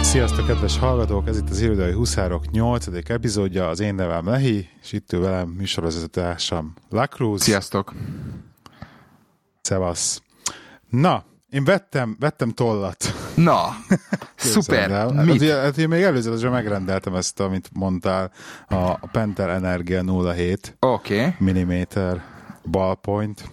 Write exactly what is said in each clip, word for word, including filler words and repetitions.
Sziasztok, kedves hallgatók! Ez itt az Irodai Huszárok nyolcadik epizódja. Az én nevem Lehi, és itt ül velem műsorvezetőtársam Lacruz. Sziasztok! Szevasz! Na, én vettem, vettem tollat. Na, szuper! Hát, Mit? hát, hát én még előzetesen megrendeltem ezt, amit mondtál, a Pentel Energia nulla hét Oké. Okay. milliméter ballpoint.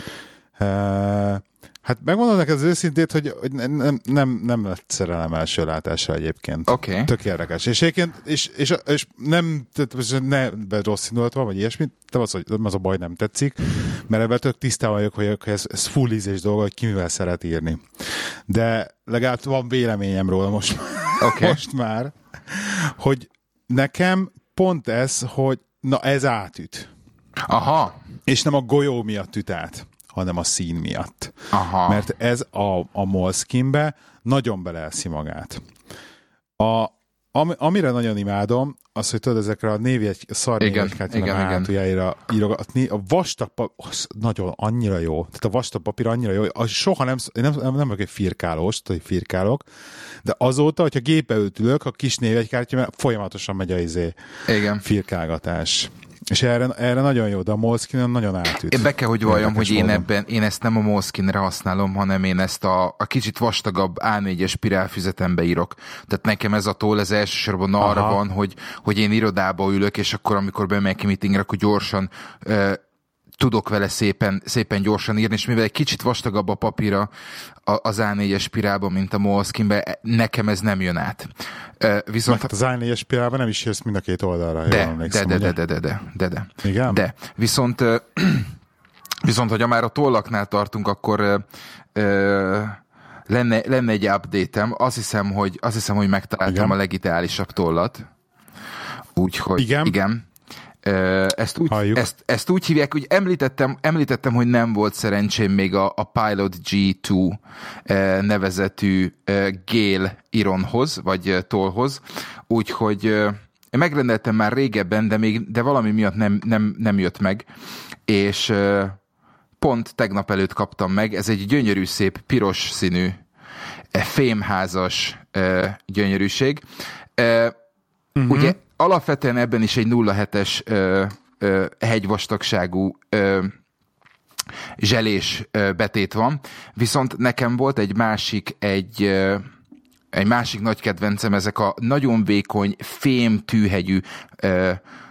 Uh, Hát megmondom neked az őszintét, hogy nem, nem, nem lett szerelem első látásra egyébként. Oké. Okay. Tök érdekes. És egyébként, és, és, és nem, ne rossz indulat van, vagy ilyesmit, de az, hogy az a baj nem tetszik, mert ebben tök tisztában vagyok, hogy ez, ez full ízés dolga, hogy ki mivel szeret írni. De legalább van véleményem róla most, okay. most már, hogy nekem pont ez, hogy na ez átüt. Aha. És nem a golyó miatt üt át, hanem a szín miatt. Aha. Mert ez a, a Moleskinbe nagyon beleelszi magát. A, am, amire nagyon imádom, az, hogy tudod, ezekre a névjegy, a szar névjegykártyának a hátuljára írogatni, a vastag papír, nagyon annyira jó. Tehát a vastag papír annyira jó, az soha nem, nem, nem, nem vagyok egy firkálós, tudod, hogy firkálok, de azóta, hogyha gépbe ültülök, a kis névjegykártya, mert folyamatosan megy a izé igen. firkálgatás. És erre, erre nagyon jó, de a Moleskinen nagyon átüt. Én be kell, hogy valljam, hogy én ebben, én ezt nem a Moleskinre használom, hanem én ezt a, a kicsit vastagabb á négyes spirálfüzetembe írok. Tehát nekem ez a toll, ez elsősorban arra Aha. van, hogy, hogy én irodába ülök, és akkor, amikor bemegyek meetingre, akkor gyorsan uh, tudok vele szépen, szépen gyorsan írni, és mivel egy kicsit vastagabb a papíra az á négyes spirálban, mint a Moleskinben, nekem ez nem jön át. Viszont hát az á négyes spirálban nem is jössz mind a két oldalra. De, de, de, de, de, de, de, de, de. Igen? De. Viszont, viszont, hogyha már a tollaknál tartunk, akkor lenne, lenne egy update-em. Azt hiszem, hogy, azt hiszem, hogy megtaláltam igen. a legideálisabb tollat. Úgyhogy igen. igen. Ezt úgy, ezt, ezt úgy hívják, hogy említettem, említettem, hogy nem volt szerencsém még a, a Pilot gé kettő nevezetű Gale Ironhoz, vagy tollhoz, úgyhogy én megrendeltem már régebben, de, még, de valami miatt nem, nem, nem jött meg, és pont tegnap előtt kaptam meg, ez egy gyönyörű szép piros színű fémházas gyönyörűség. Uh-huh. Ugye alapvetően ebben is egy nulla hetes ö, ö, hegyvastagságú ö, zselés ö, betét van, viszont nekem volt egy másik, egy, ö, egy másik nagy kedvencem, ezek a nagyon vékony, fém tűhegyű ö,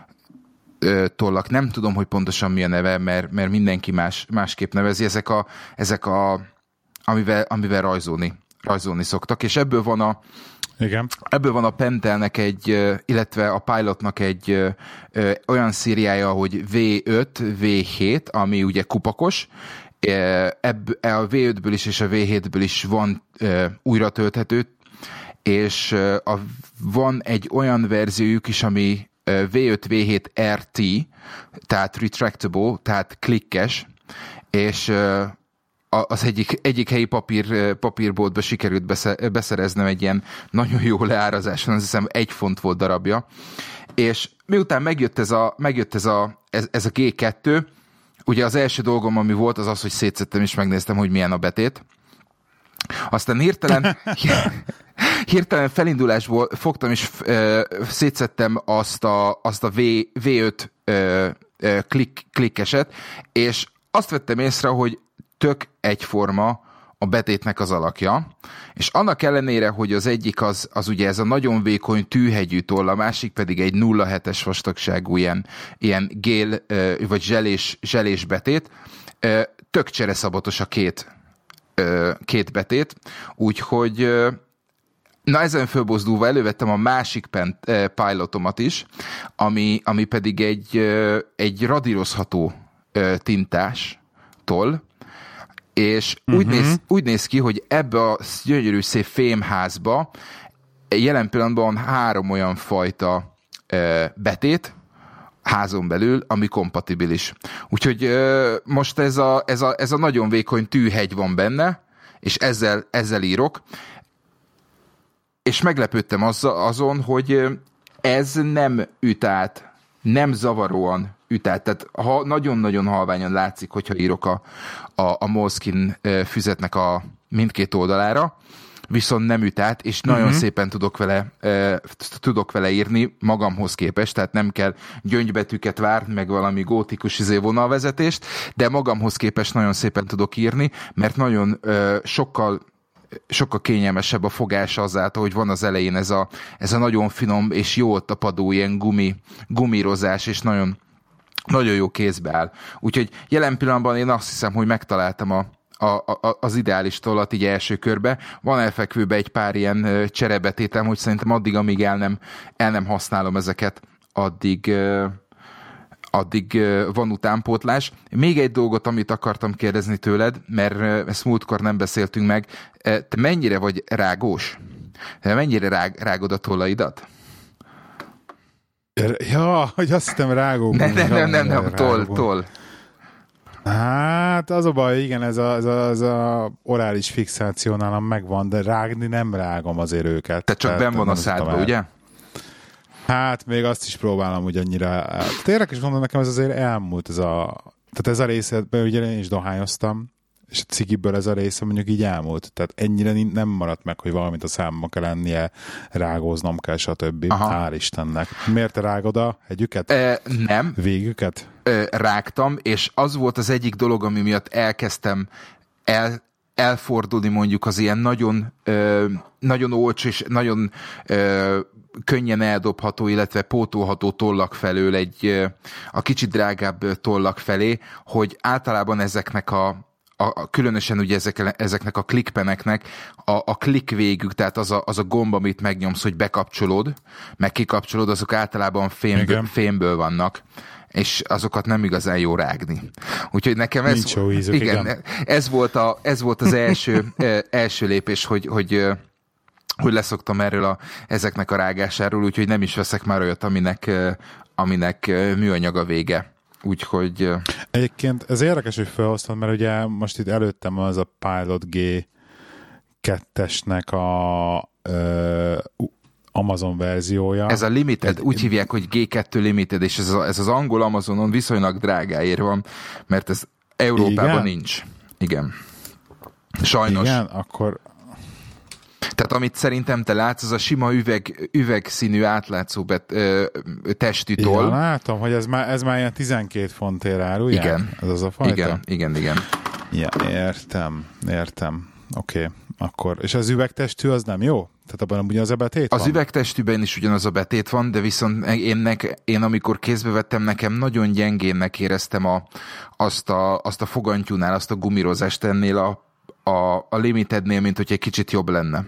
ö, tollak. Nem tudom, hogy pontosan mi a neve, mert, mert mindenki más, másképp nevezi. Ezek a, ezek a amivel, amivel rajzolni, rajzolni szoktak, és ebből van a Igen. Ebből van a Pentelnek egy, illetve a Pilotnak egy ö, ö, olyan szériája, hogy vé öt, vé hét, ami ugye kupakos. Ebb, a vé ötből is és a vé hétből is van ö, újra tölthető, és ö, a, van egy olyan verziójuk is, ami ö, vé öt, vé hét er té, tehát retractable, tehát klikkes, és ö, az egyik, egyik helyi papír, papírboltba sikerült beszereznem egy ilyen nagyon jó leárazáson, azt hiszem egy font volt darabja, és miután megjött ez a, megjött ez a, ez, ez a gé kettő, ugye az első dolgom, ami volt, az az, hogy szétszettem és megnéztem, hogy milyen a betét. Aztán hirtelen hirtelen felindulásból fogtam és uh, szétszettem azt a, azt a vé öt uh, uh, klik, klikkeset, és azt vettem észre, hogy tök egyforma a betétnek az alakja, és annak ellenére, hogy az egyik az, az ugye ez a nagyon vékony tűhegyű toll, a másik pedig egy nulla hetes vastagságú ilyen, ilyen gél vagy zselés, zselés betét, tök csereszabatos a két, két betét, úgyhogy na ezen fölbozdulva elővettem a másik pen, pilotomat is, ami, ami pedig egy, egy radírozható tintás toll, és uh-huh. úgy, néz, úgy néz ki, hogy ebbe a gyönyörű szép fémházba jelen pillanatban három olyan fajta ö, betét házon belül, ami kompatibilis. Úgyhogy ö, most ez a, ez, a, ez a nagyon vékony tűhegy van benne, és ezzel, ezzel írok, és meglepődtem az, azon, hogy ez nem üt át, nem zavaróan üt át. Tehát ha nagyon-nagyon halványan látszik, hogyha írok a, a, a Moleskin füzetnek a mindkét oldalára, viszont nem üt át, és nagyon uh-huh. szépen tudok vele, uh, tudok vele írni magamhoz képest, tehát nem kell gyöngybetűket várni, meg valami gótikus izé vonalvezetést, de magamhoz képest nagyon szépen tudok írni, mert nagyon uh, sokkal sokkal kényelmesebb a fogás azáltal, hogy van az elején ez a, ez a nagyon finom és jól tapadó ilyen gumi, gumírozás, és nagyon, nagyon jó kézbe áll. Úgyhogy jelen pillanatban én azt hiszem, hogy megtaláltam a, a, a, az ideális tollat így első körbe. Van elfekvőben egy pár ilyen cserebetétem, hogy szerintem addig, amíg el nem, el nem használom ezeket, addig... addig van utánpótlás. Még egy dolgot, amit akartam kérdezni tőled, mert ezt múltkor nem beszéltünk meg. Te mennyire vagy rágós? Te mennyire rág, rágod a tollaidat? Ja, hogy azt hittem rágó. Nem, nem, nem, nem, nem, toll, toll. Hát az a baj, igen, ez a, ez a, ez a orális fixáció nálam megvan, de rágni nem rágom azért őket. Tehát csak benn van a szádba, ugye? Hát még azt is próbálom, hogy annyira... Érdekes mondom, nekem ez azért elmúlt, ez a... Tehát ez a részletben, ugye én is dohányoztam, és a cigiből ez a része mondjuk így elmúlt. Tehát ennyire nem maradt meg, hogy valamit a számba kell lennie, rágóznom kell, stb. Aha. Hál' Istennek. Miért te rágod a hegyüket? E, nem. Végüket? E, rágtam, és az volt az egyik dolog, ami miatt elkezdtem el, elfordulni mondjuk az ilyen nagyon, ö, nagyon olcsó és nagyon ö, könnyen eldobható, illetve pótolható tollak felől egy a kicsit drágább tollak felé, hogy általában ezeknek a, a, a különösen ugye ezek, ezeknek a clickpeneknek a, a click végük, tehát az a, az a gomb, amit megnyomsz, hogy bekapcsolod, meg kikapcsolod, azok általában fémből, fémből vannak, és azokat nem igazán jó rágni. Úgyhogy nekem ez, ízük, igen, igen. Ez, volt a, ez volt az első, első lépés, hogy, hogy hogy leszoktam erről a, ezeknek a rágásáról, úgyhogy nem is veszek már olyat, aminek, aminek műanyag a vége. Úgyhogy... Egyébként ez érdekes, hogy felhoztam, mert ugye most itt előttem az a Pilot G kettesnek a ö, Amazon verziója. Ez a Limited, egy, úgy hívják, hogy G kettő Limited, és ez, a, ez az angol Amazonon viszonylag drágáért van, mert ez Európában igen? nincs. Igen. Sajnos. Igen, akkor... Tehát amit szerintem te látsz, az a sima üveg, üvegszínű átlátszó bet, ö, testű toll. Igen, látom, hogy ez már, ez már ilyen tizenkét fontért árulják? Igen. Ez az a fajta? Igen, igen, igen. Ja, értem, értem. Oké, okay. Akkor. És az üvegtestű az nem jó? Tehát abban ugyanaz a betét van? Az üvegtestűben is ugyanaz a betét van, de viszont én, nek, én amikor kézbe vettem, nekem nagyon gyengénnek éreztem a, azt, a, azt a fogantyúnál, azt a gumírozást ennél a, a, a Limitednél, mint hogy egy kicsit jobb lenne.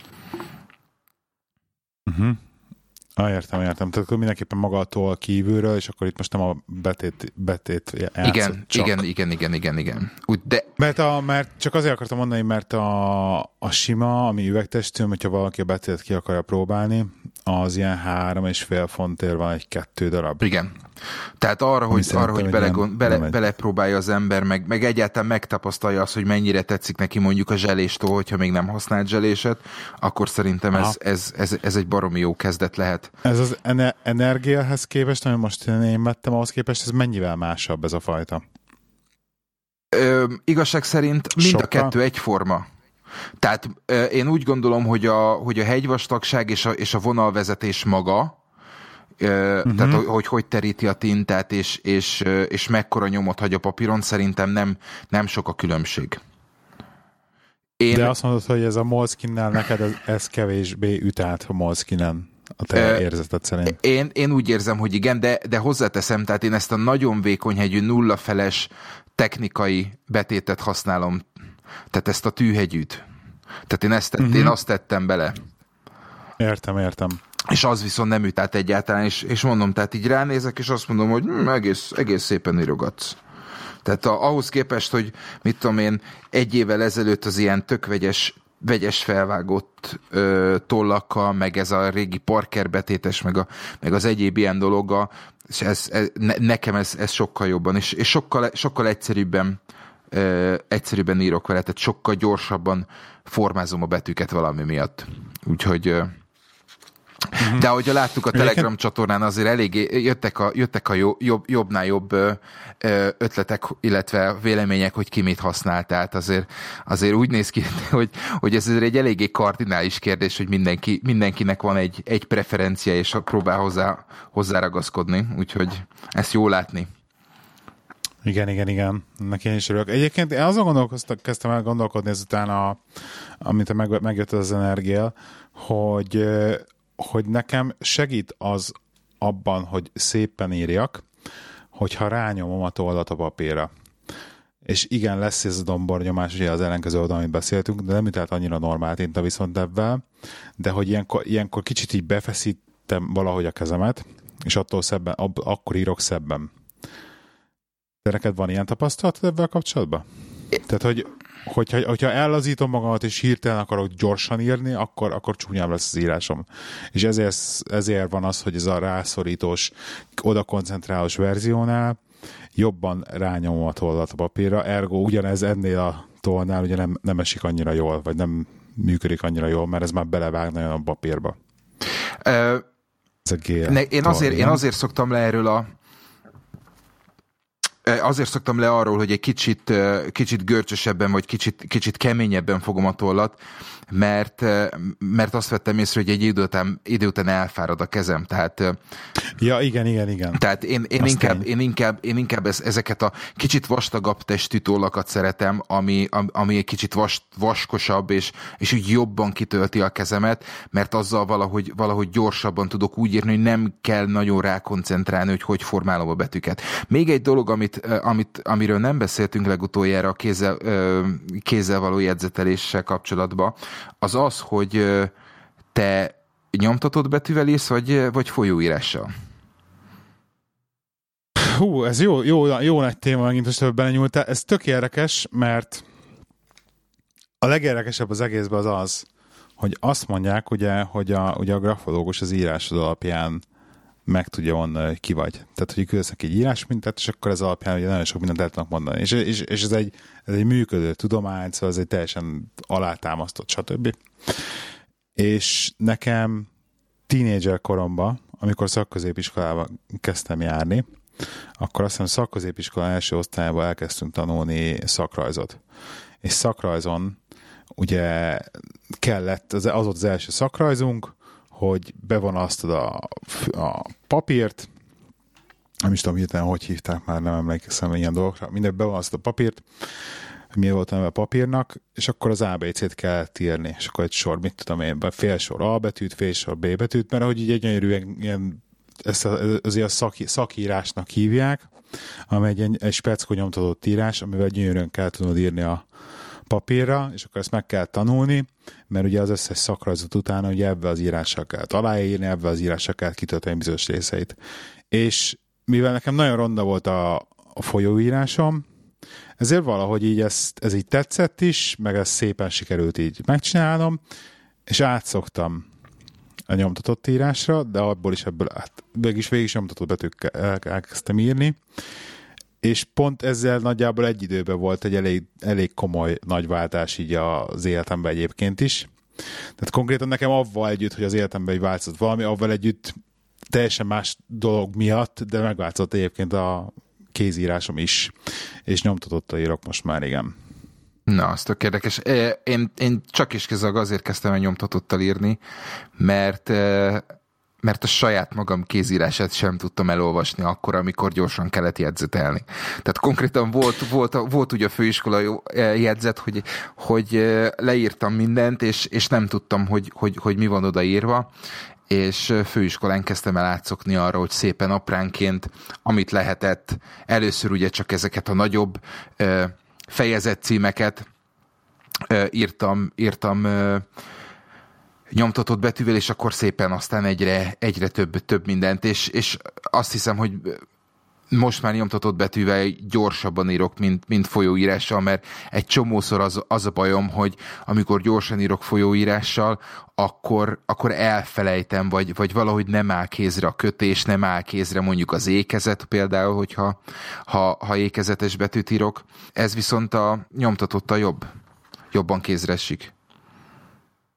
Uh-huh. Ah, értem, értem. Tehát akkor mindenképpen magától kívülről, és akkor itt most nem a betét, betét játszol, igen, csak. igen, igen, igen, igen, igen. Úgy, de... Mert, a, mert csak azért akartam mondani, mert a, a sima, ami üvegtestű, hogyha valaki a betét ki akarja próbálni, az ilyen három és fél fontért van egy kettő darab. Igen. Tehát arra, hogy, arra, hogy bele, nem, bele, nem belepróbálja az ember, meg, meg egyáltalán megtapasztalja azt, hogy mennyire tetszik neki mondjuk a zseléstól, hogyha még nem használt zseléset, akkor szerintem ez, ez, ez, ez egy baromi jó kezdet lehet. Ez az energiához képest, amit most én vettem, ahhoz képest, ez mennyivel másabb ez a fajta? Ö, igazság szerint mind Sokkal? a kettő egyforma. Tehát ö, én úgy gondolom, hogy a, hogy a hegyvastagság és a, és a vonalvezetés maga, ö, uh-huh. tehát hogy, hogy hogy teríti a tintát, és, és, és mekkora nyomot hagy a papíron, szerintem nem, nem sok a különbség. Én... De azt mondod, hogy ez a Moleskine-nál neked ez, ez kevésbé üt át a Moleskine-en. A te érzeted szerint. Én, én úgy érzem, hogy igen, de, de hozzáteszem, tehát én ezt a nagyon vékony hegyű, nullafeles technikai betétet használom. Tehát ezt a tűhegyűt. Tehát én, ezt, uh-huh. én azt tettem bele. Értem, értem. És az viszont nem üt át egyáltalán, és, és mondom, tehát így ránézek, és azt mondom, hogy hm, egész, egész szépen írogatsz. Tehát a, ahhoz képest, hogy mit tudom én, egy évvel ezelőtt az ilyen tökvegyes vegyes felvágott ö, tollakkal, meg ez a régi Parker betétes, meg, a, meg az egyéb ilyen dologgal, és ez, ez, ne, nekem ez, ez sokkal jobban, és, és sokkal, sokkal egyszerűbben, ö, egyszerűbben írok vele, tehát sokkal gyorsabban formázom a betűket valami miatt. Úgyhogy, ö, De ahogy láttuk a Telegram csatornán, azért eléggé jöttek a, jöttek a jó, jobb, jobbnál jobb ötletek, illetve vélemények, hogy ki mit használ. Tehát azért, azért úgy néz ki, hogy, hogy ez egy eléggé kardinális kérdés, hogy mindenki, mindenkinek van egy, egy preferencia, és próbál hozzá, hozzáragaszkodni. Úgyhogy ezt jó látni. Igen, igen, igen. Ennek én is örülök. Egyébként én azon kezdtem el gondolkodni ezután, a, amit meg, megjött az energia, hogy hogy nekem segít az abban, hogy szépen írjak, hogyha rányomom a tollat a papírra. És igen, lesz ez a dombornyomás, ugye az ellenkező oldalon, amit beszéltünk, de nem ütelt annyira normál tinta viszont ebben, de hogy ilyenkor, ilyenkor kicsit így befeszítem valahogy a kezemet, és attól szebben, ab, akkor írok szebben. De neked van ilyen tapasztalat ebben kapcsolatban? Tehát, hogy Hogyha, hogyha ellazítom magamat, és hirtelen akarok gyorsan írni, akkor, akkor csúnyább lesz az írásom. És ezért, ezért van az, hogy ez a rászorítós, oda koncentrálós verziónál jobban rányomom a tollat a papírra, ergo ugyanez ennél a tollnál ugye nem, nem esik annyira jól, vagy nem működik annyira jól, mert ez már belevág nagyon a papírba. Uh, ez a gél ne, én, azért, én azért szoktam le erről a Azért szoktam le arról, hogy egy kicsit, kicsit görcsösebben, vagy kicsit, kicsit keményebben fogom a tollat, mert, mert azt vettem észre, hogy egy idő után, idő után elfárad a kezem. Tehát, ja, igen, igen, igen. Tehát én, én, inkább, én inkább, én inkább ez, ezeket a kicsit vastagabb testű tollakat szeretem, ami, ami egy kicsit vas, vaskosabb, és, és úgy jobban kitölti a kezemet, mert azzal valahogy, valahogy gyorsabban tudok úgy írni, hogy nem kell nagyon rákoncentrálni, hogy hogy formálom a betűket. Még egy dolog, amit, amit, amiről nem beszéltünk legutoljára a kézzel, kézzel való jegyzeteléssel kapcsolatban, az az, hogy te nyomtatott betűvel írsz, vagy, vagy folyóírással? Hú, ez jó, jó, jó nagy téma, megint most ebben belenyúltál. Ez tök érdekes, mert a legérdekesebb az egészben az az, hogy azt mondják, ugye, hogy a, ugye a grafológus az írásod alapján meg tudja mondani, hogy ki vagy. Tehát, hogy küldesz neki egy írásmintát, és akkor ez alapján ugye nagyon sok mindent el tudnak mondani. És, és, és ez, egy, ez egy működő tudomány, szóval ez egy teljesen alátámasztott, stb. És nekem tínédzser koromban, amikor szakközépiskolába kezdtem járni, akkor azt hiszem szakközépiskola első osztályában elkezdtünk tanulni szakrajzot. És szakrajzon ugye kellett, az, az volt az első szakrajzunk, hogy bevonasztod a, a papírt, nem is tudom hirtelen, hogy hívták, már nem emlékszem ilyen dolgokra, mindegy, bevonasztod a papírt, mi volt a neve a papírnak, és akkor az á bé cét kellett írni, és akkor egy sor, mit tudom én, fél sor A betűt, fél sor B betűt, mert ahogy így egy gyönyörűen ilyen, ezt azért a szaki, szakírásnak hívják, ami egy, egy speckó nyomtatott írás, amivel gyönyörűen kell tudnod írni a papírra, és akkor ezt meg kell tanulni, mert ugye az összes szakrajzot utána ugye ebbe az írással kell aláírni, ebbe az írással kell kitölteni bizonyos részeit. És mivel nekem nagyon ronda volt a, a folyóírásom, ezért valahogy így ezt, ez így tetszett is, meg ez szépen sikerült így megcsinálnom, és átszoktam a nyomtatott írásra, de abból is ebből át, mégis végig is nyomtatott betűkkel elkezdtem írni, és pont ezzel nagyjából egy időben volt egy elég, elég komoly nagy váltás így az életemben egyébként is. Tehát konkrétan nekem avval együtt, hogy az életemben változott valami, avval együtt teljesen más dolog miatt, de megváltozott egyébként a kézírásom is, és nyomtatottal írok most már, igen. Na, az tök érdekes. Én, én csak is kézzel azért kezdtem el nyomtatottal írni, mert mert a saját magam kézírását sem tudtam elolvasni akkor, amikor gyorsan kellett jegyzetelni. Tehát konkrétan volt, volt, volt ugye a főiskola jegyzet, hogy, hogy leírtam mindent, és, és nem tudtam, hogy, hogy, hogy mi van odaírva, és főiskolán kezdtem el átszokni arra, hogy szépen apránként, amit lehetett, először ugye csak ezeket a nagyobb fejezet címeket írtam, írtam nyomtatott betűvel, és akkor szépen aztán egyre, egyre több, több mindent, és, és azt hiszem, hogy most már nyomtatott betűvel gyorsabban írok, mint, mint folyóírással, mert egy csomószor az, az a bajom, hogy amikor gyorsan írok folyóírással, akkor, akkor elfelejtem, vagy, vagy valahogy nem áll kézre a kötés, nem áll kézre mondjuk az ékezet például, hogyha ha, ha ékezetes betűt írok. Ez viszont a nyomtatottal jobb. Jobban kézre esik. Én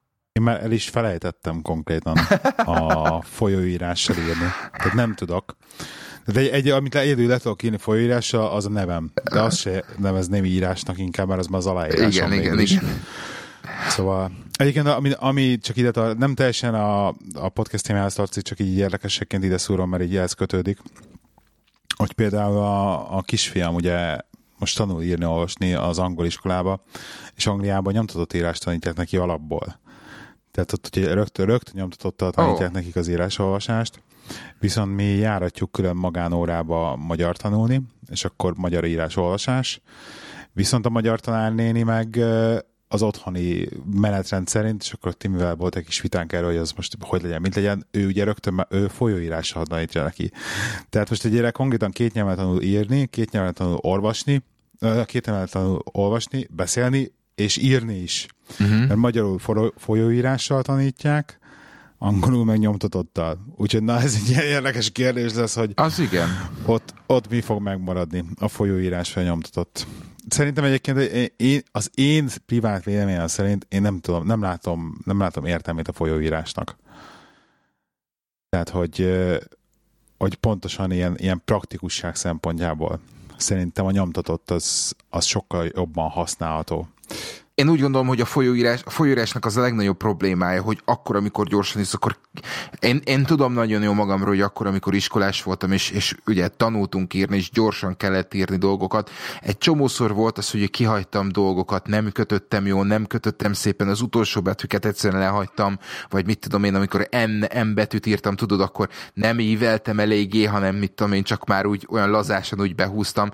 már el is felejtettem konkrétan a folyóírással írni. Tehát nem tudok. De egy, egy amit egyedül le tudok írni folyóírással, az a nevem. De azt se nevezném írásnak inkább, mert az már az aláírásom. Igen, igen, is. igen. Szóval egyébként, ami, ami csak ide, nem teljesen a, a podcast témához tartozik, csak így érdekességként ide szúrom, mert így ehhez kötődik, hogy például a, a kisfiam ugye most tanul írni, olvasni az angol iskolába, és Angliában nyomtatott írást tanítják neki alapból. Tehát ott ugye rögtön, rögtön nyomtatottal tanítják oh. nekik az írásolvasást, viszont mi járatjuk külön magánórába magyar tanulni, és akkor magyar írásolvasás. Viszont a magyar tanárnéni meg az otthoni menetrend szerint, és akkor Timivel volt egy kis vitánk erről, hogy az most hogy legyen, mint legyen, ő ugye rögtön ő folyóírással tanítja neki. Tehát most egy gyerek konkrétan két nyelven tanul írni, két nyelven tanul olvasni, két nyelven tanul olvasni, beszélni, és írni is. Uh-huh. Mert magyarul folyóírással tanítják, angolul meg nyomtatottal. Úgyhogy na, ez egy ilyen érdekes kérdés lesz, hogy az igen. Ott, ott mi fog megmaradni a folyóírás vagy nyomtatott. Szerintem egyébként én, az én privát véleményem szerint én nem tudom, nem látom, nem látom értelmét a folyóírásnak. Tehát, hogy, hogy pontosan ilyen, ilyen praktikusság szempontjából szerintem a nyomtatott az, az sokkal jobban használható. Én úgy gondolom, hogy a folyóírás, a folyóírásnak az a legnagyobb problémája, hogy akkor, amikor gyorsan is, akkor én, én tudom nagyon jó magamról, hogy akkor, amikor iskolás voltam, és, és ugye tanultunk írni, és gyorsan kellett írni dolgokat. Egy csomószor volt az, hogy kihagytam dolgokat, nem kötöttem jól, nem kötöttem szépen, az utolsó betűket egyszerűen lehagytam, vagy mit tudom én, amikor N, N betűt írtam, tudod, akkor nem íveltem eléggé, hanem mit tudom én, csak már úgy olyan lazásan úgy behúztam.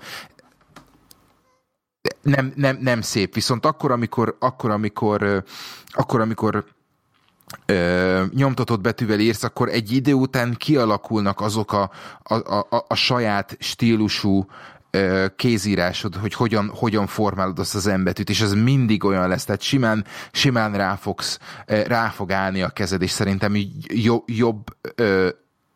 Nem, nem, nem szép. Viszont akkor, amikor, akkor, amikor, akkor, amikor ö, nyomtatott betűvel írsz, akkor egy idő után kialakulnak azok a, a, a, a saját stílusú ö, kézírásod, hogy hogyan, hogyan formálod azt az M-betűt, és ez mindig olyan lesz. Tehát simán, simán rá, fogsz, rá fog állni a kezed, és szerintem jobb, jobb ö,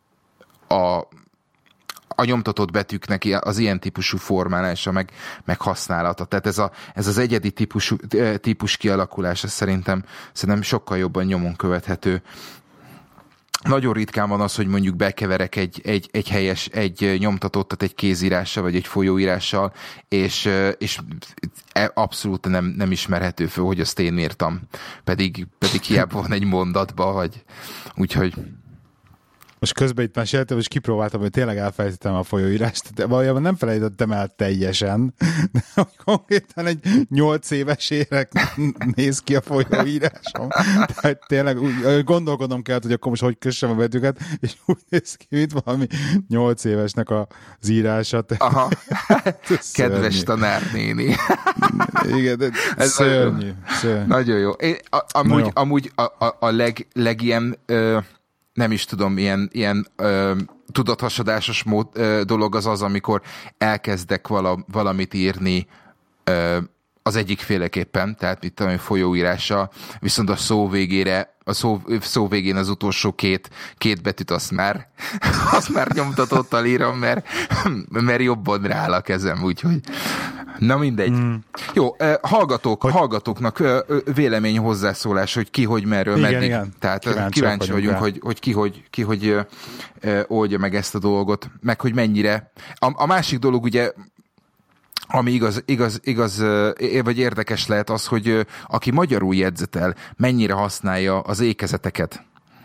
a a nyomtatott betűknek az ilyen típusú formálása, meg, meg használata. Tehát ez, a, ez az egyedi típusú, típus kialakulása szerintem, szerintem sokkal jobban nyomon követhető. Nagyon ritkán van az, hogy mondjuk bekeverek egy, egy, egy helyes, egy nyomtatottat egy kézírással, vagy egy folyóírással, és, és abszolút nem, nem ismerhető föl, hogy azt én írtam. Pedig, pedig hiába van egy mondatba, vagy úgyhogy most közben itt meséltem, és kipróbáltam, hogy tényleg elfelejtettem a folyóírást, de valójában nem felejtettem el teljesen, de konkrétan egy nyolc éves érek néz ki a folyóírásom. Tehát tényleg úgy, gondolkodnom kellett, hogy akkor most hogy kössem a betűket, és úgy néz ki, mint valami nyolc évesnek az írása. Aha, kedves tanárnéni. Igen, de ez szörnyű, szörnyű. Nagyon jó. Én, a, amúgy, jó. amúgy a, a, a leg, legilyen... Ö, nem is tudom, ilyen, ilyen ö, tudathasadásos mód, ö, dolog az az, amikor elkezdek vala, valamit írni ö, az egyik féleképpen, tehát mit tudom, folyóírással, viszont a szó végére, a szó, szó végén az utolsó két, két betűt azt már, azt már nyomtatottal írom, mert, mert jobban rááll a kezem, úgyhogy na mindegy. Mm. Jó, hallgatók, hogy... hallgatóknak vélemény hozzászólás, hogy ki, hogy merről, igen, meddig. Igen. Tehát kíváncsi, kíváncsi vagyunk, hogy, hogy ki, hogy, ki, hogy oldja meg ezt a dolgot, meg hogy mennyire. A, a másik dolog ugye, ami igaz, igaz, igaz, vagy érdekes lehet az, hogy aki magyarul jegyzetel, mennyire használja az ékezeteket.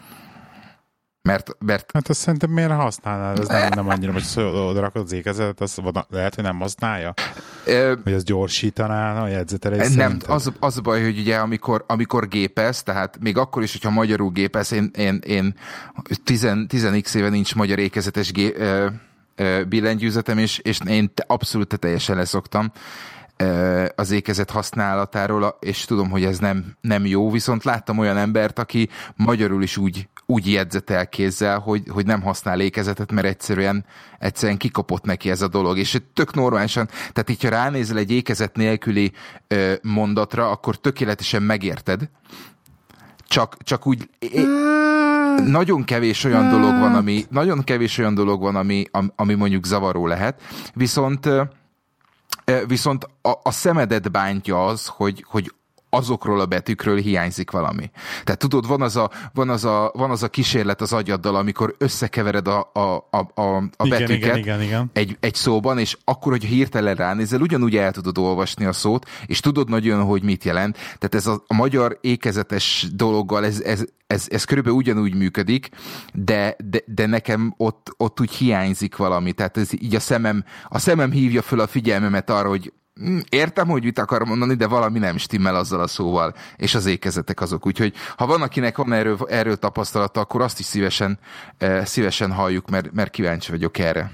Mert, mert... Hát azt szerintem miért használnád? Ez nem, nem annyira, hogy oda rakod az ékezetet, azt lehet, hogy nem használja? Hogy az gyorsítaná a jegyzetelés? Nem, az, az a baj, hogy ugye amikor, amikor gépelsz, tehát még akkor is, hogyha magyarul gépelsz, én, én, én tíz x éve nincs magyar ékezetes gé, ö, ö, billentyűzetem, és, és én abszolút teljesen leszoktam az ékezet használatáról, és tudom, hogy ez nem, nem jó, viszont láttam olyan embert, aki magyarul is úgy, úgy jegyzetel kézzel, hogy, hogy nem használ ékezetet, mert egyszerűen, egyszerűen kikapott neki ez a dolog, és tök normálisan, tehát így, ha ránézel egy ékezet nélküli ö, mondatra, akkor tökéletesen megérted, csak, csak úgy é, nagyon kevés olyan dolog van, ami, nagyon kevés olyan dolog van, ami, ami mondjuk zavaró lehet, viszont Viszont a, a szemedet bántja az, hogy, hogy azokról a betűkről hiányzik valami. Tehát tudod, van az a, van az a, van az a kísérlet az agyaddal, amikor összekevered a, a, a, a, a igen, betűket igen, igen, igen. Egy, egy szóban, és akkor, hogy hirtelen ránézel, ugyanúgy el tudod olvasni a szót, és tudod nagyon, hogy mit jelent. Tehát ez a, a magyar ékezetes dologgal, ez, ez, ez, ez körülbelül ugyanúgy működik, de, de, de nekem ott, ott úgy hiányzik valami. Tehát ez így a szemem, a szemem hívja föl a figyelmemet arra, hogy értem, hogy mit akar mondani, de valami nem stimmel azzal a szóval, és az ékezetek azok. Úgyhogy ha van, akinek van erről, erről tapasztalata, akkor azt is szívesen, eh, szívesen halljuk, mert, mert kíváncsi vagyok erre.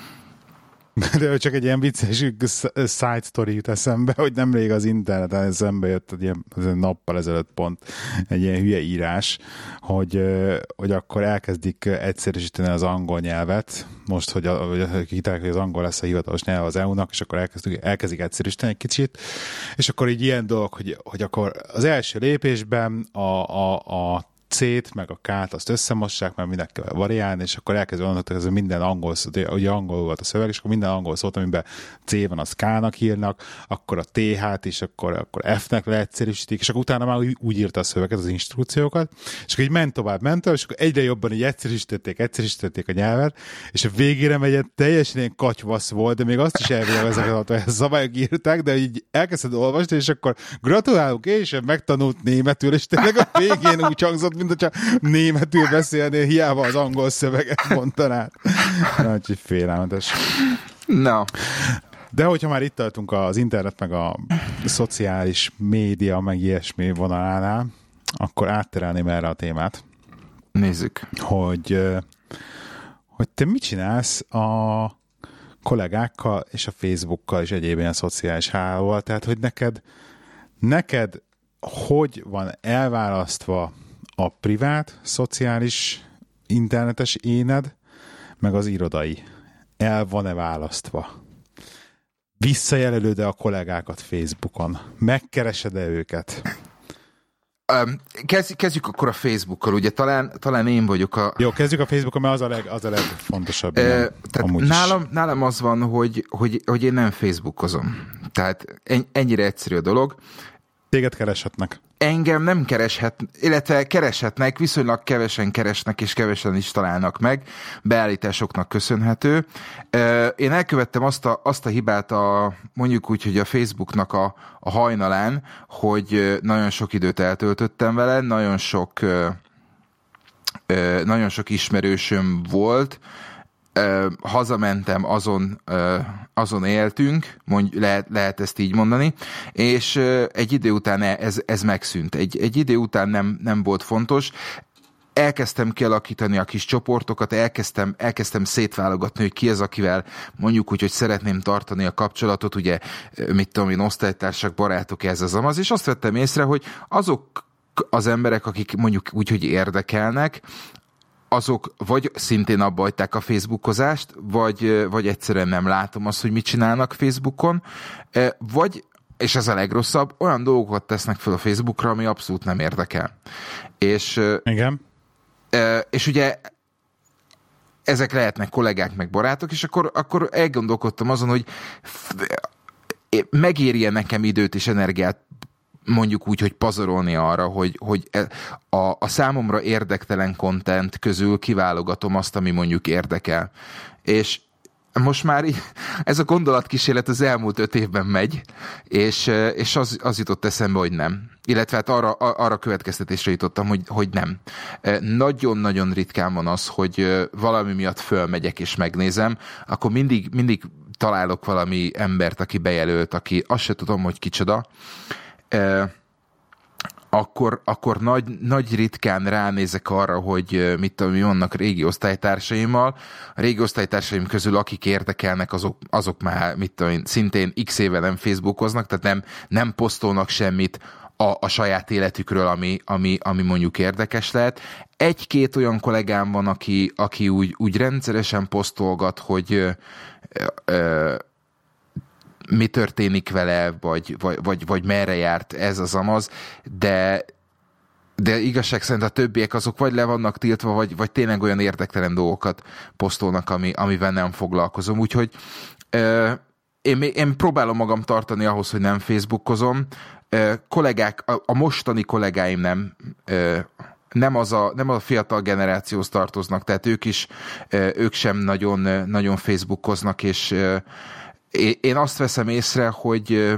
De csak egy ilyen vicces side story jut eszembe, hogy nemrég az interneten eszembe jött egy ilyen nappal ezelőtt pont egy ilyen hülye írás, hogy, hogy akkor elkezdik egyszerűsíteni az angol nyelvet, most, hogy, a, hogy kitalálják, hogy az angol lesz a hivatalos nyelv az é u-nak, és akkor elkezdik, elkezdik egyszerűsíteni egy kicsit, és akkor így ilyen dolog, hogy, hogy akkor az első lépésben a, a, a C-t, meg a K-t, azt összemossák, mert mindent kell variálni, és akkor elkezd onnantól, hogy ez minden angol szó, ugye angol volt a szöveg, és akkor minden angol szót, amiben C van, az K-nak írnak, akkor a té hát is, akkor, akkor F-nek leegyszerűsítik, és akkor utána már úgy, úgy írta a szöveget, az instrukciókat, és akkor így ment tovább, ment tovább, és akkor egyre jobban így egyszerűsítették, egyszerűsítették a nyelvet, és a végére megy teljesen ilyen katyvasz volt, de még azt is elvileg ezeket a szabályok írták, de így elkezdted olvasni, és akkor gratulálunk, és megtanult németül, és tényleg a végén úgy hangzott, mint hogyha németül beszélnél, hiába az angol szöveget mondanád. Úgyhogy félelmetes. No. De hogyha már itt tartunk az internet, meg a szociális média, meg ilyesmi vonalánál, akkor átterelném erre a témát. Nézzük. Hogy, hogy te mit csinálsz a kollégákkal és a Facebookkal és egyéb ilyen szociális hálóval, tehát hogy neked, neked hogy van elválasztva a privát, szociális, internetes éned, meg az irodai. El van-e választva? Visszajelölöd-e a kollégákat Facebookon? Megkeresed-e őket? Um, kezd, kezdjük akkor a Facebookkal, ugye talán, talán én vagyok a... Jó, kezdjük a Facebookon, mert az a, leg, az a legfontosabb. Uh, tehát nálam, nálam az van, hogy, hogy, hogy én nem Facebookozom. Tehát ennyire egyszerű a dolog. Téged kereshetnek. Engem nem kereshet, illetve kereshetnek, viszonylag kevesen keresnek, és kevesen is találnak meg, beállításoknak köszönhető. Én elkövettem azt a, azt a hibát, a, mondjuk úgy, hogy a Facebooknak a, a hajnalán, hogy nagyon sok időt eltöltöttem vele, nagyon sok, nagyon sok ismerősöm volt, hazamentem, azon, azon éltünk, mondj, lehet, lehet ezt így mondani, és egy idő után ez, ez megszűnt. Egy, egy idő után nem, nem volt fontos. Elkezdtem kialakítani a kis csoportokat, elkezdtem, elkezdtem szétválogatni, hogy ki az, akivel mondjuk úgy, hogy szeretném tartani a kapcsolatot, ugye, mit tudom én, osztálytársak, barátok, ez az amaz, és azt vettem észre, hogy azok az emberek, akik mondjuk úgy, hogy érdekelnek, azok vagy szintén abba hagyták a Facebookozást, vagy, vagy egyszerűen nem látom azt, hogy mit csinálnak Facebookon, vagy, és ez a legrosszabb, olyan dolgokat tesznek fel a Facebookra, ami abszolút nem érdekel. És, igen. És ugye ezek lehetnek kollégák, meg barátok, és akkor, akkor elgondolkodtam azon, hogy megéri-e nekem időt és energiát mondjuk úgy, hogy pazarolni arra, hogy, hogy a, a számomra érdektelen content közül kiválogatom azt, ami mondjuk érdekel. És most már így, ez a gondolatkísérlet az elmúlt öt évben megy, és, és az, az jutott eszembe, hogy nem. Illetve hát arra, arra következtetésre jutottam, hogy, hogy nem. Nagyon-nagyon ritkán van az, hogy valami miatt fölmegyek és megnézem, akkor mindig, mindig találok valami embert, aki bejelölt, aki azt se tudom, hogy kicsoda, akkor, akkor nagy, nagy ritkán ránézek arra, hogy mit tudom, mi vannak régi osztálytársaimmal. A régi osztálytársaim közül, akik érdekelnek, azok, azok már mit tudom én, szintén x éve nem Facebookoznak, tehát nem, nem posztolnak semmit a, a saját életükről, ami, ami, ami mondjuk érdekes lehet. Egy-két olyan kollégám van, aki, aki úgy, úgy rendszeresen posztolgat, hogy ö, ö, mi történik vele, vagy, vagy, vagy, vagy merre járt ez az amaz, de, de igazság szerint a többiek azok vagy le vannak tiltva, vagy, vagy tényleg olyan érdektelen dolgokat posztolnak, ami, amivel nem foglalkozom. Úgyhogy ö, én, én próbálom magam tartani ahhoz, hogy nem Facebookozom. kollégák, a, a mostani kollégáim nem nem az a, nem a fiatal generációhoz tartoznak, tehát ők is, ők sem nagyon, nagyon Facebookoznak, és én azt veszem észre, hogy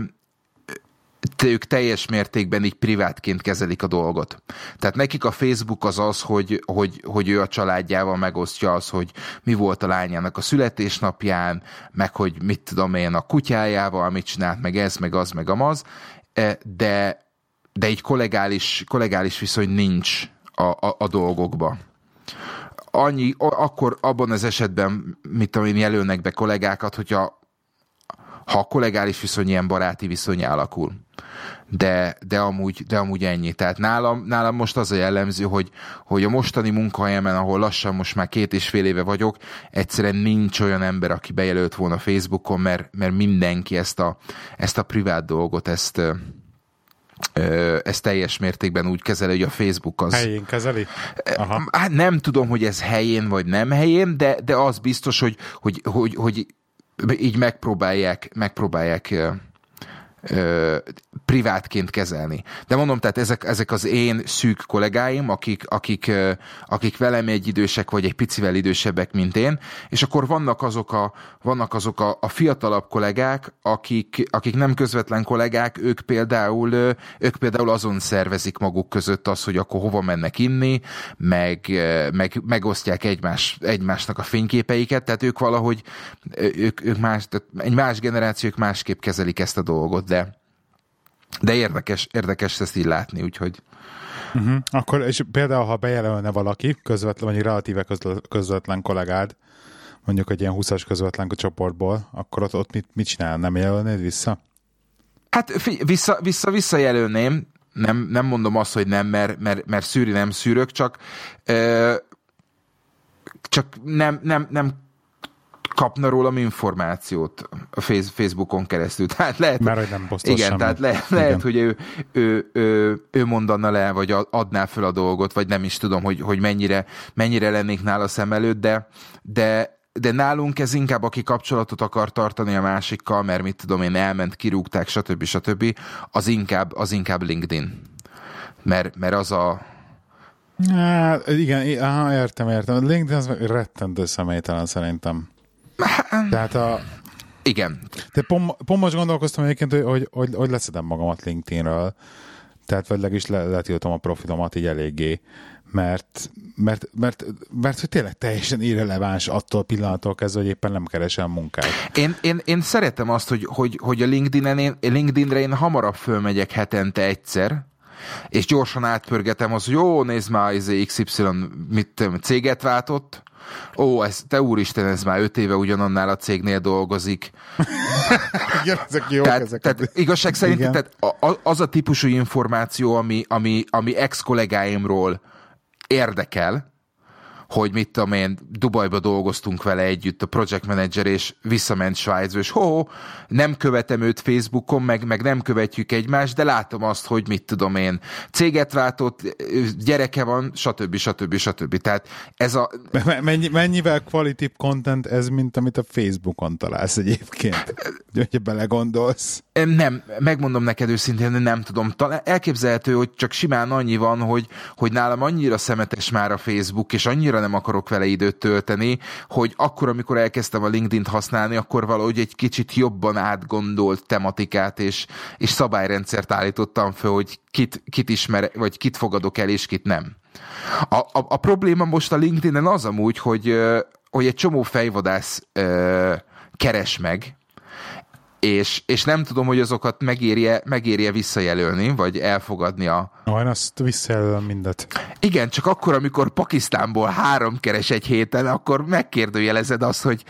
ők teljes mértékben így privátként kezelik a dolgot. Tehát nekik a Facebook az az, hogy, hogy, hogy ő a családjával megosztja az, hogy mi volt a lányának a születésnapján, meg hogy mit tudom én a kutyájával, mit csinált, meg ez, meg az, meg amaz, de, de így kollegális, kollegális viszony nincs a, a, a dolgokba. Annyi, akkor abban az esetben, mit tudom én, jelölnek be kollégákat, hogyha ha a kollegális viszony ilyen baráti viszony alakul. De, de, amúgy, de amúgy ennyi. Tehát nálam, nálam most az a jellemző, hogy, hogy a mostani munkahelyemen, ahol lassan most már két és fél éve vagyok, egyszerűen nincs olyan ember, aki bejelölt volna Facebookon, mert, mert mindenki ezt a, ezt a privát dolgot, ezt, ezt teljes mértékben úgy kezeli, hogy a Facebook az... Helyén kezeli? Aha. Hát nem tudom, hogy ez helyén vagy nem helyén, de, de az biztos, hogy, hogy, hogy, hogy így megpróbálják, megpróbálják ö, ö, privátként kezelni. De mondom, tehát ezek, ezek az én szűk kollégáim, akik, akik, ö, akik velem egy idősek, vagy egy picivel idősebbek, mint én, és akkor vannak azok a, vannak azok a, a fiatalabb kollégák, akik, akik nem közvetlen kollégák, ők például, ö, ők például azon szervezik maguk között azt, hogy akkor hova mennek inni, meg, meg megosztják egymás, egymásnak a fényképeiket, tehát ők valahogy ők, ők más, tehát egy más generációk másképp kezelik ezt a dolgot, de De érdekes, érdekes ezt így látni, úgyhogy... Uh-huh. Akkor, és például, ha bejelölne valaki, közvetlen, vagy relatíve közvetlen kollégád, mondjuk egy ilyen húszas közvetlen csoportból, akkor ott, ott mit, mit csinál? Nem jelölnéd vissza? Hát vissza, vissza, visszajelölném. Nem, nem mondom azt, hogy nem, mert, mert, mert szűri nem szűrök, csak ö, csak nem, nem, nem kapna rólam információt a Facebookon keresztül. Tehát lehet, mert hogy nem posztol igen, semmi. Tehát le, lehet, hogy ő, ő, ő, ő mondana le, vagy adná fel a dolgot, vagy nem is tudom, hogy, hogy mennyire, mennyire lennék nála szem előtt, de, de, de nálunk ez inkább, aki kapcsolatot akar tartani a másikkal, mert mit tudom én, elment, kirúgták, stb. stb. Az inkább, az inkább LinkedIn. Mert, mert az a... Hát, igen, aha, értem, értem. LinkedIn az rettentő személytelen szerintem. Tehát a... Igen. De pont, pont most gondolkoztam egyébként, hogy, hogy, hogy, hogy leszedem magamat LinkedInről, tehát vagy legalábbis le, letiltom a profilomat így eléggé, mert, mert, mert, mert hogy tényleg teljesen irreleváns attól pillanattól kezdve, hogy éppen nem keresem munkát. Én, én, én szeretem azt, hogy, hogy, hogy a LinkedIn-en én, LinkedInre én hamarabb fölmegyek hetente egyszer, és gyorsan átpörgetem az, hogy jó, nézd már, ez iksz ipszilon mit, céget váltott, ó, ez, te úristen, ez már öt éve ugyanannál a cégnél dolgozik. Igen, ezek jók, tehát, ezek. Tehát igazság szerint tehát az a típusú információ, ami, ami, ami ex-kollégáimról érdekel, hogy mit tudom én, Dubajba dolgoztunk vele együtt, a project manager, és visszament Svájcba, és ho, nem követem őt Facebookon, meg, meg nem követjük egymást, de látom azt, hogy mit tudom én, céget váltott, gyereke van, stb. stb. stb. Tehát ez a... Mennyi, mennyivel quality content ez, mint amit a Facebookon találsz egyébként? Hogyha belegondolsz. Nem, megmondom neked őszintén, nem tudom. Talán elképzelhető, hogy csak simán annyi van, hogy, hogy nálam annyira szemetes már a Facebook, és annyira nem akarok vele időt tölteni, hogy akkor, amikor elkezdtem a LinkedIn-t használni, akkor valahogy egy kicsit jobban átgondolt tematikát és, és szabályrendszert állítottam fel, hogy kit, kit ismer, vagy kit fogadok el, és kit nem. A, a, a probléma most a LinkedIn-en az amúgy, hogy, hogy egy csomó fejvadász uh, keres meg, És, és nem tudom, hogy azokat megérje, megérje visszajelölni, vagy elfogadni a... Olyan, azt visszajelölöm mindet. Igen, csak akkor, amikor Pakisztánból három keres egy héten, akkor megkérdőjelezed azt, hogy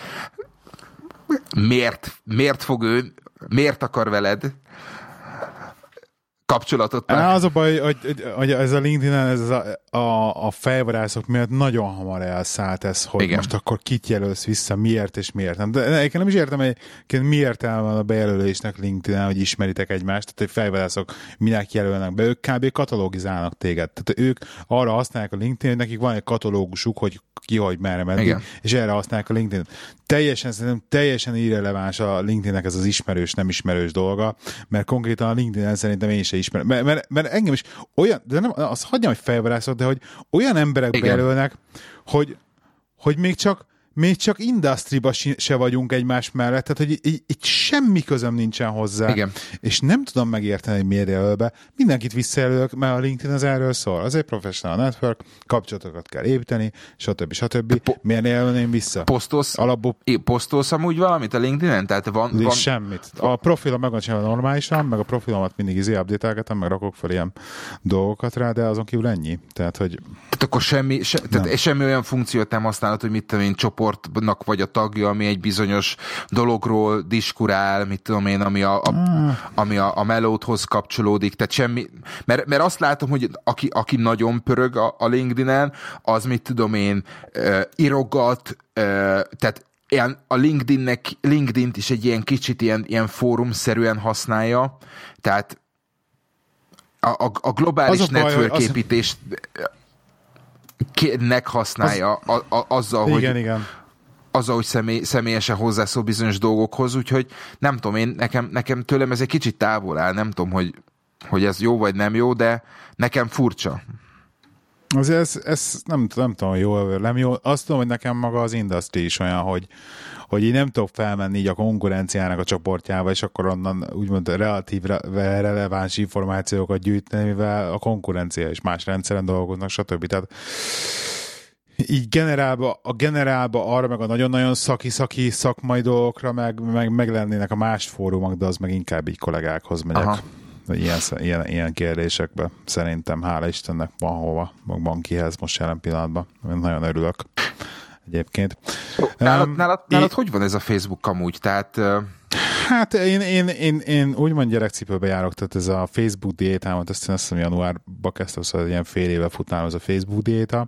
miért, miért fog ő, miért akar veled kapcsolatot. Az a baj, hogy, hogy ez a LinkedIn-en ez a, a, a fejvadászok miatt nagyon hamar elszállt ez, hogy igen. Most akkor kit jelölsz vissza, miért és miért nem. De egyébként nem is értem, hogy miért el van a bejelölésnek LinkedIn-en, hogy ismeritek egymást, tehát hogy fejvadászok minek jelölnek be, ők kb. Katalógizálnak téged. Tehát ők arra használják a LinkedIn, hogy nekik van egy katalógusuk, hogy ki, hogy merre meddig, és erre használják a LinkedIn. Teljesen, szerintem teljesen irreleváns a LinkedInnek ez az ismerős, nem ismerős dolga, mert konkrétan a LinkedIn-en szerintem én se ismerem. Mert, mert, mert engem is olyan, de nem, azt hagyjam, hogy fejvadászok, de hogy olyan emberek bejelölnek, hogy, hogy még csak még csak industryba se vagyunk egymás mellett, tehát hogy így, így semmi közöm nincsen hozzá, igen. És nem tudom megérteni, hogy miért jelöl be. Mindenkit visszajelölök, mert a LinkedIn az erről szól. Az egy professional network, kapcsolatokat kell építeni, stb. stb. Po- miért jelölném vissza? Posztolsz, Alapból... posztolsz amúgy valamit a LinkedIn-en? Tehát van, van... Semmit. A profilom meg van csinálva normálisan, meg a profilomat mindig izé update-elgetem, meg rakok fel ilyen dolgokat rá, de azon kívül ennyi. Tehát, hogy... Tehát akkor semmi, se, tehát semmi olyan funkciót nem használod, hogy mit tudom én, csoportnak vagy a tagja, ami egy bizonyos dologról diskurál, mit tudom én, ami a, a, ami a, a melódhoz kapcsolódik, tehát semmi, mert, mert azt látom, hogy aki, aki nagyon pörög a, a LinkedIn-en, az mit tudom én, uh, írogat, uh, tehát ilyen, a LinkedIn-nek, LinkedIn-t is egy ilyen kicsit ilyen, ilyen fórumszerűen használja, tehát a, a, a globális network-építést nek használja az... a, a, azzal, igen, hogy igen. azzal, hogy személy, személyesen hozzászól bizonyos dolgokhoz, úgyhogy nem tudom, én, nekem, nekem tőlem ez egy kicsit távol áll, nem tudom, hogy, hogy ez jó vagy nem jó, de nekem furcsa. Azért ez, ez nem, nem tudom, jó, nem jó. Azt tudom, hogy nekem maga az industry is olyan, hogy, hogy én nem tudok felmenni így a konkurenciának a csoportjába, és akkor onnan úgymond relatív releváns információkat gyűjteni, mivel a konkurencia is más rendszeren dolgoznak, stb. Tehát így generálba, a generálba arra, meg a nagyon-nagyon szaki-szaki szakmai dolgokra, meg, meg, meg lennének a más fórumok, de az meg inkább így kollégákhoz megyek. Aha. Ilyen, ilyen, ilyen kérdésekben szerintem, hála Istennek van hova, van kihez most jelen pillanatban. Én nagyon örülök egyébként. Nálad, um, nálad, nálad én, hogy van ez a Facebook amúgy? Tehát, uh... Hát én, én, én, én úgymond gyerekcipőbe járok, tehát ez a Facebook diétámat, ezt azt hiszem januárban kezdtem, szóval ilyen fél éve futnám ez a Facebook diéta.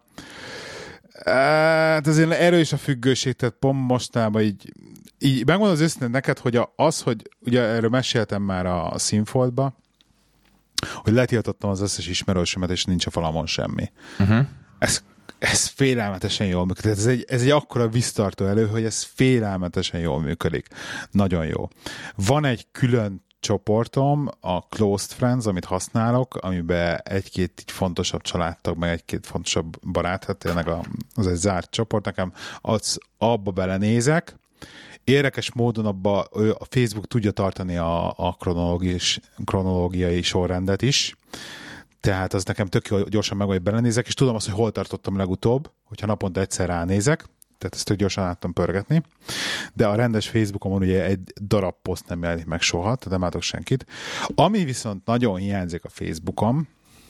Hát azért erős a függőség, tehát pont mostában így, így megmondom az őszintén neked, hogy az, hogy ugye erről meséltem már a Színfoltba, hogy letiltottam az összes ismerősömet, és nincs a falamon semmi. Uh-huh. Ez, ez félelmetesen jól működik. Ez egy, ez egy akkora vissztartó elő, hogy ez félelmetesen jól működik. Nagyon jó. Van egy külön csoportom, a Closed Friends, amit használok, amiben egy-két így fontosabb családtag, meg egy-két fontosabb barát, hát tényleg az egy zárt csoport, nekem az, abba belenézek. Érdekes módon abba a Facebook tudja tartani a, a kronológiai sorrendet is, tehát az nekem tök jó, gyorsan meg, hogy belenézek, és tudom azt, hogy hol tartottam legutóbb, hogyha naponta egyszer ránézek, tehát ezt tök gyorsan láttam pörgetni, de a rendes Facebookomon ugye egy darab poszt nem jelenik meg soha, tehát nem látok senkit. Ami viszont nagyon hiányzik a Facebookom,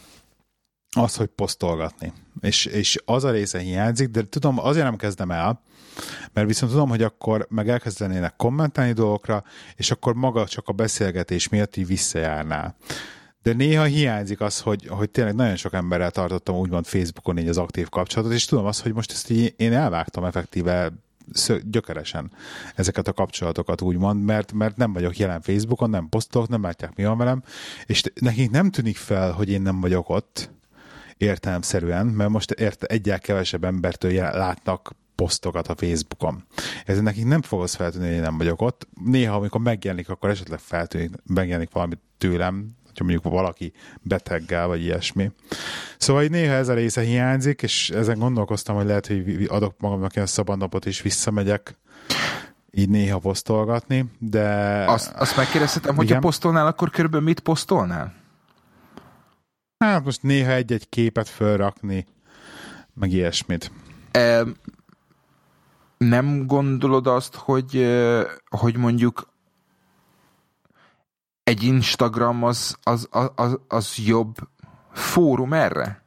az, hogy posztolgatni. És, és az a része hiányzik, de tudom, azért nem kezdem el, mert viszont tudom, hogy akkor meg elkezdenének kommentálni dolgokra, és akkor maga csak a beszélgetés miatt így visszajárnál. De néha hiányzik az, hogy, hogy tényleg nagyon sok emberrel tartottam úgymond Facebookon így az aktív kapcsolatot, és tudom azt, hogy most ezt így én elvágtam effektíve gyökeresen ezeket a kapcsolatokat úgymond, mert, mert nem vagyok jelen Facebookon, nem posztolok, nem látják mi van velem, és nekik nem tűnik fel, hogy én nem vagyok ott értelemszerűen, mert most érte egyel kevesebb embertől látnak posztokat a Facebookon. Ez nekik nem fog az feltűnni, hogy én nem vagyok ott. Néha, amikor megjelenik, akkor esetleg feltűnik, megjelenik valami tőlem, hogyha mondjuk valaki beteggel, vagy ilyesmi. Szóval néha ez a része hiányzik, és ezen gondolkoztam, hogy lehet, hogy adok magamnak ilyen szabad napot, és visszamegyek így néha posztolgatni, de... Azt, azt megkérdezhetem, hogyha posztolnál, akkor körülbelül mit posztolnál? Hát most néha egy-egy képet fölrakni, meg ilyesmit. E, nem gondolod azt, hogy, hogy mondjuk egy Instagram az, az, az, az jobb fórum erre?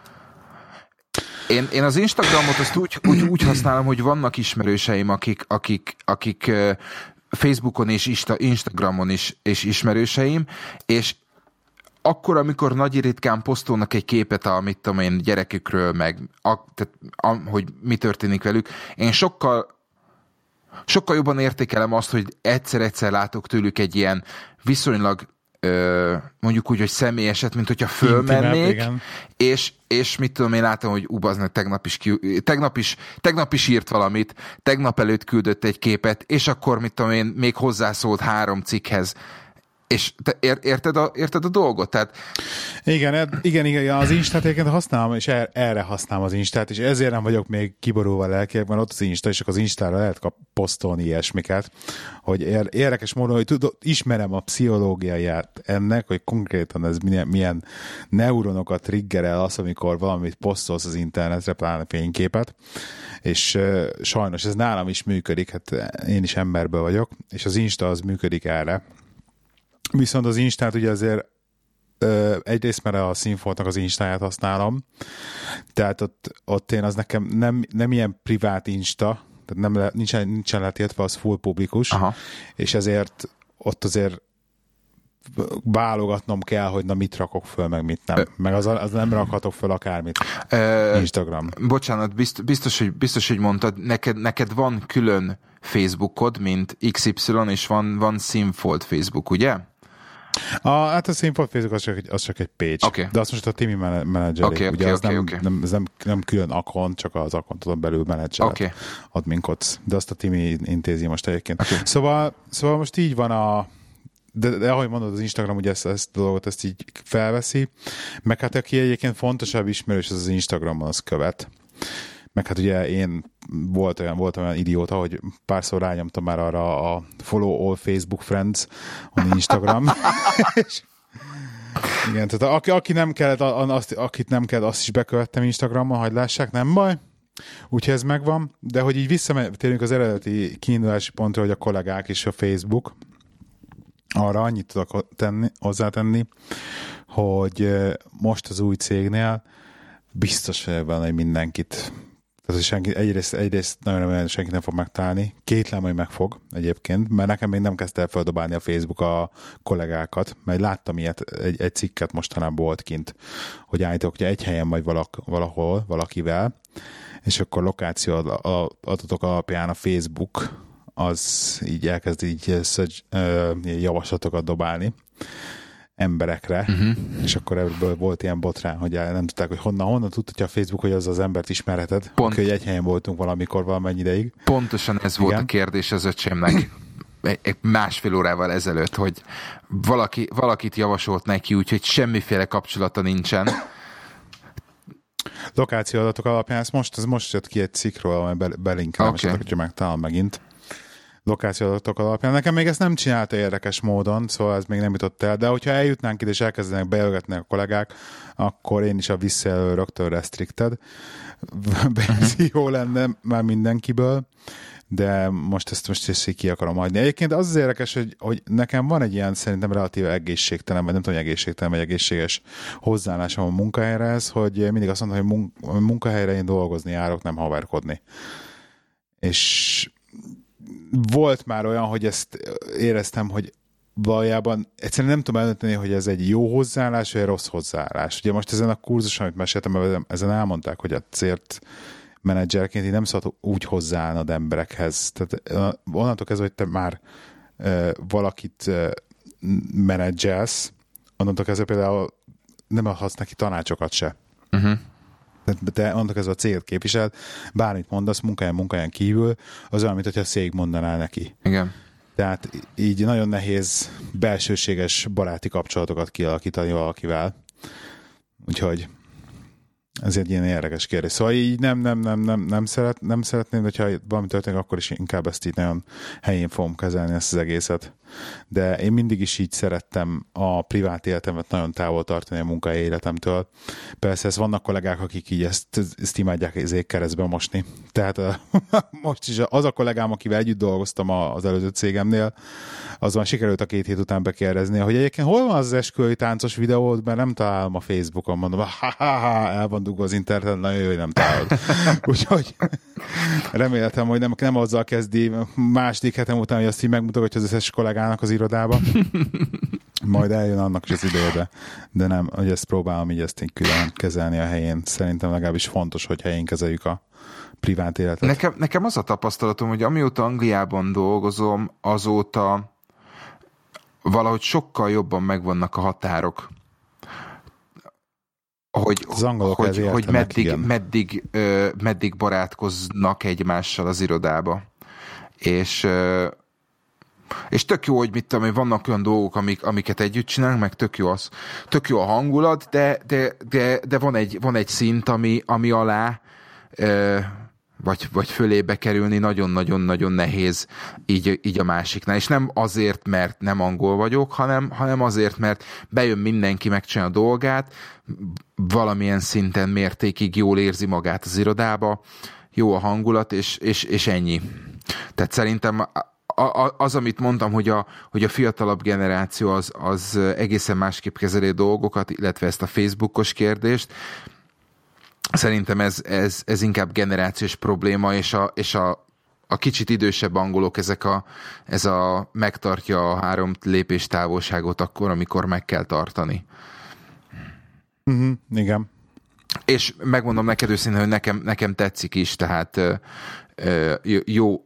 Én, én az Instagramot azt úgy, úgy, úgy használom, hogy vannak ismerőseim, akik, akik, akik Facebookon és Insta, Instagramon is és ismerőseim, és akkor, amikor nagy ritkán posztolnak egy képet a, mit tudom én, gyerekükről, meg a, tehát, a, hogy mi történik velük, én sokkal sokkal jobban értékelem azt, hogy egyszer-egyszer látok tőlük egy ilyen viszonylag Ö, mondjuk úgy, hogy személyeset, mint hogyha fölmennék, és, és mit tudom, én látom, hogy ubaznak, tegnap is, ki, tegnap, is, tegnap is írt valamit, tegnap előtt küldött egy képet, és akkor mit tudom én, még hozzászólt három cikkhez. És te ér, érted, a, érted a dolgot? Tehát... Igen, igen, igen, az Instát egyébként használom, és erre használom az Instát, és ezért nem vagyok még kiborulva lelkileg, mert ott az Insta, és akkor az Instára lehet kap posztolni ilyesmiket, hogy érdekes módon, hogy tudod, ismerem a pszichológiáját ennek, hogy konkrétan ez milyen, milyen neuronokat triggerel az, amikor valamit posztolsz az internetre, pláne fényképet, és uh, sajnos ez nálam is működik, hát én is emberből vagyok, és az Insta az működik erre. Viszont az Instát ugye azért ö, egyrészt, mert a Színfoltnak az Instáját használom, tehát ott, ott én az nekem nem, nem ilyen privát Insta, tehát nem le, nincsen, nincsen letiltva, az full publikus, aha, és ezért ott azért válogatnom kell, hogy na mit rakok föl, meg mit nem. Meg az, az nem rakhatok föl akármit. Ö, Instagram. Bocsánat, bizt, biztos, hogy, biztos, hogy mondtad, neked, neked van külön Facebookod, mint iksz ipszilon, és van, van Színfolt Facebook, ugye? A, hát a Színfolt Facebook az csak egy, az csak egy page. Okay. De azt most a Timi menedzselik. Okay, ugye okay, az okay, nem, okay. Nem, nem, nem külön account, csak az accounton belül menedzselet. Okay. Adminkodsz. De azt a Timi intézi most egyébként. Okay. Szóval, szóval most így van a de, de ahogy mondod, az Instagram ugye ezt, ezt a dolgot ezt így felveszi, meg hát aki egyébként fontosabb ismerős az az Instagramon, az követ. Meg hát ugye én volt olyan, volt olyan idióta, hogy párszor rányomtam már arra a follow all Facebook friends on Instagram. És igen, tehát aki, aki nem kellett, azt, akit nem kellett, azt is bekövettem Instagramon, hogy lássák, nem baj. Úgyhogy ez megvan, de hogy így visszatérünk az eredeti kiindulási pontra, hogy a kollégák és a Facebook, arra annyit tudok tenni, hozzátenni, hogy most az új cégnél biztos vagyok benne, hogy mindenkit, tehát senki, egyrészt, egyrészt nagyon remélem, hogy senki nem fog megtalálni, kétlem, hogy megfog egyébként, mert nekem még nem kezdte el feldobálni a Facebook a kollégákat, mert láttam ilyet, egy, egy cikket mostanában volt kint, hogy állítok, hogy egy helyen vagy valak, valahol, valakivel, és akkor lokáció adatok alapján a Facebook az így elkezd így szögy, ö, javaslatokat dobálni emberekre, uh-huh. és akkor ebből volt ilyen botrán, hogy nem tudták, hogy honnan, honnan tudta a Facebook, hogy az az embert ismerheted. Pont. Hogy egy helyen voltunk valamikor valamennyi ideig. Pontosan ez volt igen. A kérdés az öcsémnek másfél órával ezelőtt, hogy valaki, valakit javasolt neki, úgyhogy semmiféle kapcsolata nincsen. Lokációadatok alapján, ez most, ez most jött ki egy cikkről, amely belinkelem, okay. És akkor, hogyha megtalálom megint. Lokációadatok alapján. Nekem még ezt nem csinálta érdekes módon, szóval ez még nem jutott el, de hogyha eljutnánk ide és elkezdenek bejelölgetni a kollégák, akkor én is a visszajelő rögtön restricted verzió lenne már mindenkiből, de most ezt most ezt ki akarom hagyni. Egyébként az az érdekes, hogy, hogy nekem van egy ilyen szerintem relatíve egészségtelen, vagy nem tudom, hogy egészségtelen, vagy egészséges hozzáállásom a munkahelyre ez, hogy mindig azt mondom, hogy mun- munkahelyre én dolgozni járok, nem haverkodni. És volt már olyan, hogy ezt éreztem, hogy valójában egyszerűen nem tudom eldönteni, hogy ez egy jó hozzáállás, vagy egy rossz hozzáállás. Ugye most ezen a kurzuson, amit meséltem, ezen elmondták, hogy a célt menedzserként így nem szabad úgy hozzáállnod emberekhez. Tehát onnantól kezdve, hogy te már uh, valakit uh, menedzselsz, onnantól kezdve például nem adhatsz neki tanácsokat se. Uh-huh. Te onnantól kezdve a céget képvisel, bármit mondasz munkáján, munkáján kívül, az olyan, mint hogyha a cég mondaná neki. Igen. Tehát így nagyon nehéz belsőséges baráti kapcsolatokat kialakítani valakivel. Úgyhogy ez egy ilyen érdekes kérdés. Szóval így nem, nem, nem, nem, nem, szeret, nem szeretném, hogyha valami történik, akkor is inkább ezt így nagyon helyén fogom kezelni ezt az egészet. De én mindig is így szerettem a privát életemet nagyon távol tartani a munkai életemtől. Persze ez vannak kollégák, akik így ezt, ezt imádják ezért keresztbe mosni. Tehát most is az a kollégám, akivel együtt dolgoztam az előző cégemnél, azon sikerült a két hét után bekérdezni, hogy egyébként hol van az, az esküvői táncos videód, mert nem találom a Facebookon, mondom, ha-ha-ha, el van dugva az interneten, nagyon jó, hogy nem találod. Úgyhogy reméltem, hogy nem, nem azzal kezdi második hetem után, hogy azt így megmutatja az összes kollégának az irodába. Majd eljön annak is az idejébe, de nem, hogy ezt próbálom így ezt így külön kezelni a helyén. Szerintem legalábbis fontos, hogy helyén kezeljük a privát életet. Nekem, nekem az a tapasztalatom, hogy amióta Angliában dolgozom, azóta valahogy sokkal jobban megvannak a határok. Hogy, hogy, hogy meddig, meddig, ö, meddig barátkoznak egymással az irodába. És, ö, és tök jó, hogy mit tudom, hogy vannak olyan dolgok, amik, amiket együtt csinálunk, meg tök jó, az, tök jó a hangulat, de, de, de, de van, egy, van egy szint, ami, ami alá ö, vagy, vagy fölébe kerülni nagyon-nagyon-nagyon nehéz így, így a másiknál. És nem azért, mert nem angol vagyok, hanem, hanem azért, mert bejön mindenki, megcsinálja a dolgát, valamilyen szinten mértékig jól érzi magát az irodába, jó a hangulat, és, és, és ennyi. Tehát szerintem az, amit mondtam, hogy a, hogy a fiatalabb generáció az, az egészen másképp kezeli a dolgokat, illetve ezt a Facebookos kérdést, szerintem ez, ez, ez inkább generációs probléma, és a, és a, a kicsit idősebb angolok, ezek a, ez a megtartja a három lépés távolságot akkor, amikor meg kell tartani. Uh-huh, igen. És megmondom neked őszintén, hogy nekem, nekem tetszik is, tehát ö, ö, jó,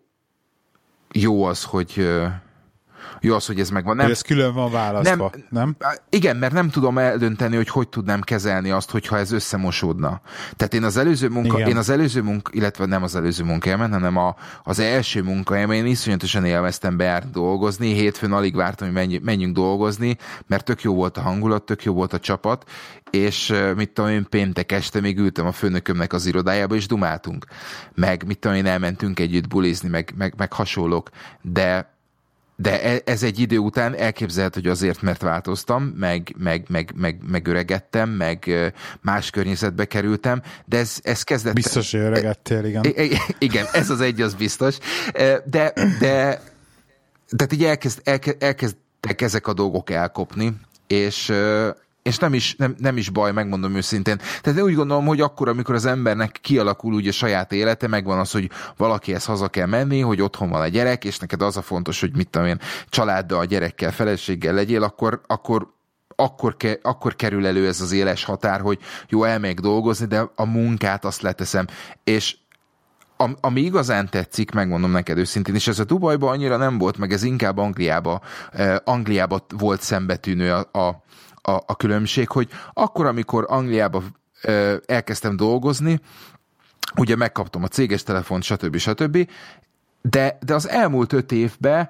jó az, hogy ö, jó az, hogy ez megvan. Nem, ez külön van választva, nem, nem? Igen, mert nem tudom eldönteni, hogy hogy tudnám kezelni azt, hogyha ez összemosódna. Tehát én az előző munka, igen. én az előző munka, illetve nem az előző munkahelyemen, hanem a, az első munkahelyemen én iszonyatosan élveztem bejárni dolgozni, hétfőn alig vártam, hogy menj, menjünk dolgozni, mert tök jó volt a hangulat, tök jó volt a csapat, és mit tudom én, péntek este még ültem a főnökömnek az irodájába, és dumáltunk. Meg mit tudom én, elmentünk együtt bulizni, meg, meg, meg hasonlók, de De ez egy idő után elképzelhető, hogy azért, mert változtam, meg, meg, meg, meg, meg öregettem, meg más környezetbe kerültem, de ez, ez kezdett... Biztos, hogy öregettél, igen. Igen, ez az egy, az biztos. De, de tehát így elkezd, elkezd, elkezdtek ezek a dolgok elkopni, és... És nem is, nem, nem is baj, megmondom őszintén. Tehát én úgy gondolom, hogy akkor, amikor az embernek kialakul úgy a saját élete, megvan az, hogy valakihez haza kell menni, hogy otthon van a gyerek, és neked az a fontos, hogy mit tudom én, családdal, a gyerekkel, feleséggel legyél, akkor, akkor, akkor, ke, akkor kerül elő ez az éles határ, hogy jó, elmegyek dolgozni, de a munkát azt leteszem. És ami igazán tetszik, megmondom neked őszintén, és ez a Dubajban annyira nem volt, meg ez inkább Angliába, eh, Angliába volt szembetűnő a, a A, a különbség, hogy akkor, amikor Angliába ö, elkezdtem dolgozni, ugye megkaptam a céges telefont, stb. stb., de, de az elmúlt öt évben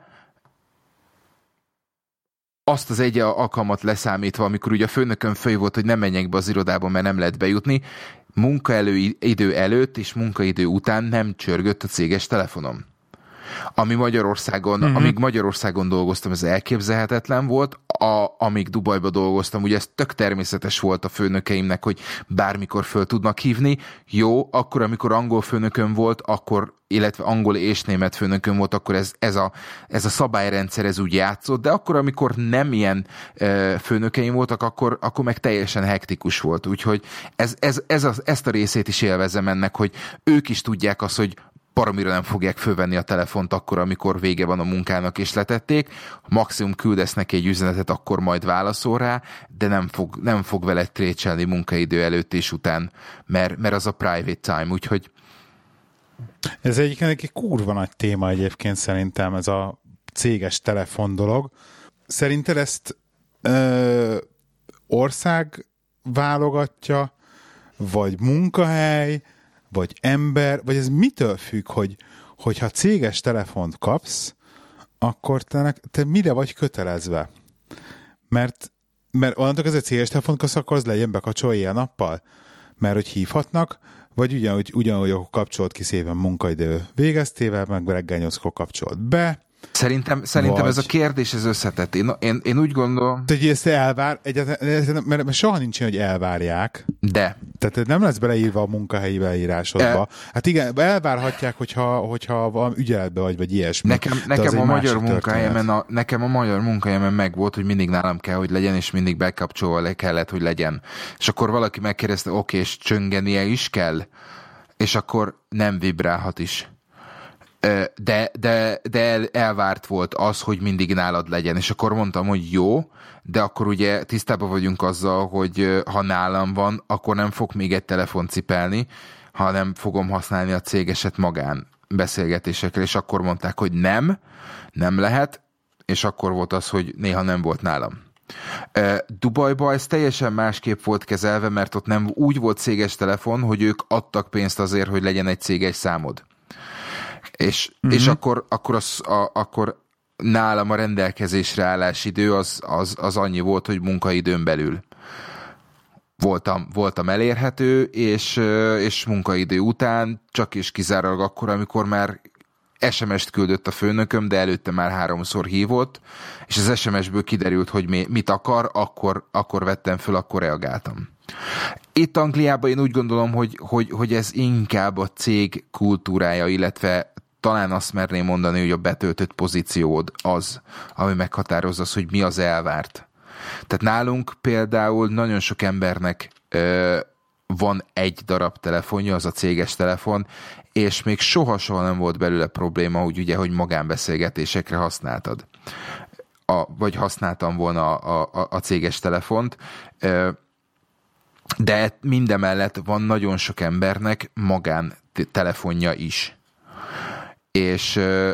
azt az egy alkalmat leszámítva, amikor ugye a főnökön föl volt, hogy nem menjek be az irodába, mert nem lehet bejutni, munkaidő előtt és munkaidő után nem csörgött a céges telefonom. Ami Magyarországon, uh-huh. amíg Magyarországon dolgoztam, ez elképzelhetetlen volt, a, amíg Dubajba dolgoztam, ugye ez tök természetes volt a főnökeimnek, hogy bármikor föl tudnak hívni. Jó, akkor, amikor angol főnököm volt, akkor, illetve angol és német főnököm volt, akkor ez, ez, a, ez a szabályrendszer ez úgy játszott, de akkor, amikor nem ilyen e, főnökeim voltak, akkor, akkor meg teljesen hektikus volt. Úgyhogy ez, ez, ez a, ezt a részét is élvezem ennek, hogy ők is tudják azt, hogy baromira nem fogják fölvenni a telefont akkor, amikor vége van a munkának, és letették. Maximum küldesz neki egy üzenetet, akkor majd válaszol rá, de nem fog, nem fog veled trécselni munkaidő előtt és után, mert, mert az a private time, úgyhogy... Ez egyébként egy kurva nagy téma egyébként szerintem, ez a céges telefon dolog. Szerinted ezt ö, ország válogatja, vagy munkahely, vagy ember, vagy ez mitől függ, hogy hogyha céges telefont kapsz, akkor te, te mire vagy kötelezve? Mert, mert onnantól ez egy céges telefont kapsz, akkor az legyen bekapcsolva ilyen nappal? Mert hogy hívhatnak, vagy ugyanúgy, ugyanúgy akkor kapcsolt ki szépen munkaidő végeztével, meg reggel nyolckor kapcsolt be. Szerintem, szerintem vagy... ez a kérdés, ez összetett. Én, én, én úgy gondolom... Hogy ezt elvár, egyáltalán, mert, mert soha nincs, hogy elvárják. De. Tehát nem lesz beleírva a munkahelyi beírásodba. E... Hát igen, elvárhatják, hogyha, hogyha valami ügyeletbe vagy, vagy ilyesmi. Nekem, nekem, a magyar munkahelyemen a, nekem a magyar munkahelyemen meg volt, hogy mindig nálam kell, hogy legyen, és mindig bekapcsolva le kellett, hogy legyen. És akkor valaki megkérdezte, oké, és csöngenie is kell? És akkor nem vibrálhat is. De, de, de elvárt volt az, hogy mindig nálad legyen, és akkor mondtam, hogy jó, de akkor ugye tisztában vagyunk azzal, hogy ha nálam van, akkor nem fog még egy telefont cipelni, hanem fogom használni a cégeset magán beszélgetésekre, és akkor mondták, hogy nem, nem lehet, és akkor volt az, hogy néha nem volt nálam. Dubajban ez teljesen másképp volt kezelve, mert ott nem úgy volt céges telefon, hogy ők adtak pénzt azért, hogy legyen egy céges számod. És, mm-hmm. és akkor, akkor, az, a, akkor nálam a rendelkezésre állás idő az, az, az annyi volt, hogy munkaidőn belül voltam, voltam elérhető, és, és munkaidő után csak és kizárólag akkor, amikor már es em est küldött a főnököm, de előtte már háromszor hívott, és az es em esből kiderült, hogy mi, mit akar, akkor, akkor vettem föl, akkor reagáltam. Itt Angliában én úgy gondolom, hogy, hogy, hogy ez inkább a cég kultúrája, illetve talán azt merném mondani, hogy a betöltött pozíciód az, ami meghatározza az, hogy mi az elvárt. Tehát nálunk például nagyon sok embernek ö, van egy darab telefonja, az a céges telefon, és még soha-soha nem volt belőle probléma, hogy ugye, hogy magánbeszélgetésekre használtad. A, vagy használtam volna a, a, a céges telefont, ö, de mindemellett van nagyon sok embernek magán telefonja is. És ö,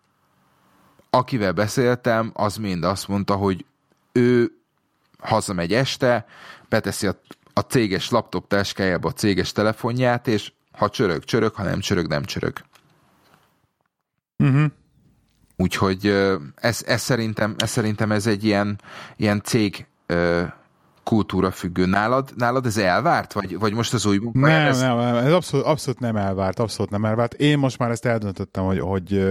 akivel beszéltem, az mind azt mondta, hogy ő hazamegy este, beteszi a, a céges laptop táskájába a céges telefonját, és ha csörög, csörög, ha nem csörög, nem csörög. Uh-huh. Úgyhogy ez, ez, szerintem, ez szerintem ez egy ilyen, ilyen cég ö, kultúra függő. Nálad, nálad ez elvárt? Vagy, vagy most az új munkáján? Nem, ez... nem, nem, ez abszolút, abszolút nem elvárt, abszolút nem elvárt. Én most már ezt eldöntöttem, hogy, hogy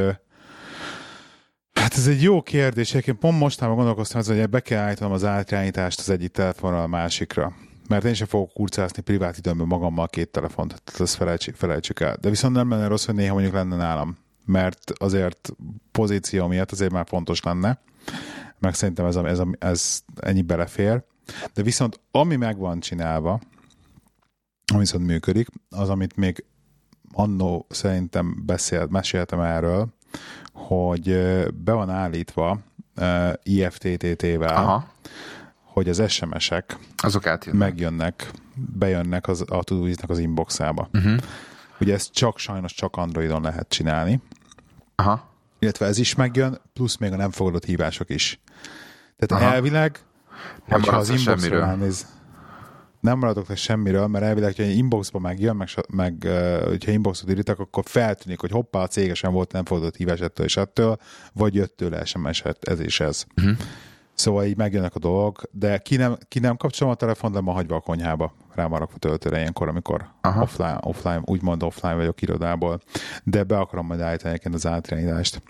hát ez egy jó kérdés. Én pont mostában gondolkoztam, hogy be kell állítanom az átirányítást az egyik telefonra a másikra. Mert én sem fogok kurcálni privát időmben magammal két telefont, tehát ezt felejtsük, felejtsük el. De viszont nem lenne rossz, hogy néha mondjuk lenne nálam, mert azért pozíció miatt azért már fontos lenne, meg szerintem ez, ez, ez ennyi belefér. De viszont ami meg van csinálva, ami viszont működik, az, amit még annó szerintem beszélt, meséltem erről, hogy be van állítva uh, i ef té té té-vel, aha, hogy az es em esek azok átjönnek, megjönnek, bejönnek az, a Todoist-nak az inboxába. Uh-huh. Ugye ezt csak sajnos csak Androidon lehet csinálni. Aha. Illetve ez is megjön, plusz még a nem fogadott hívások is. Tehát aha, elvileg, nem ha az inboxra elnéz, nem maradok le semmiről, mert elvileg, hogyha inboxba megjön, meg, meg uh, hogyha inboxot írtak, akkor feltűnik, hogy hoppá, a cégesen volt nem fogadott hívás ettől és ettől, vagy jött tőle es em es, ez és ez. Uh-huh. Szóval így megjönnek a dolgok, de ki nem, ki nem kapcsolom a telefon, de ma hagyva a konyhába, rámarakva töltőre ilyenkor, amikor offline, offline, úgymond offline vagyok irodából, de be akarom majd állítani az átirányítást.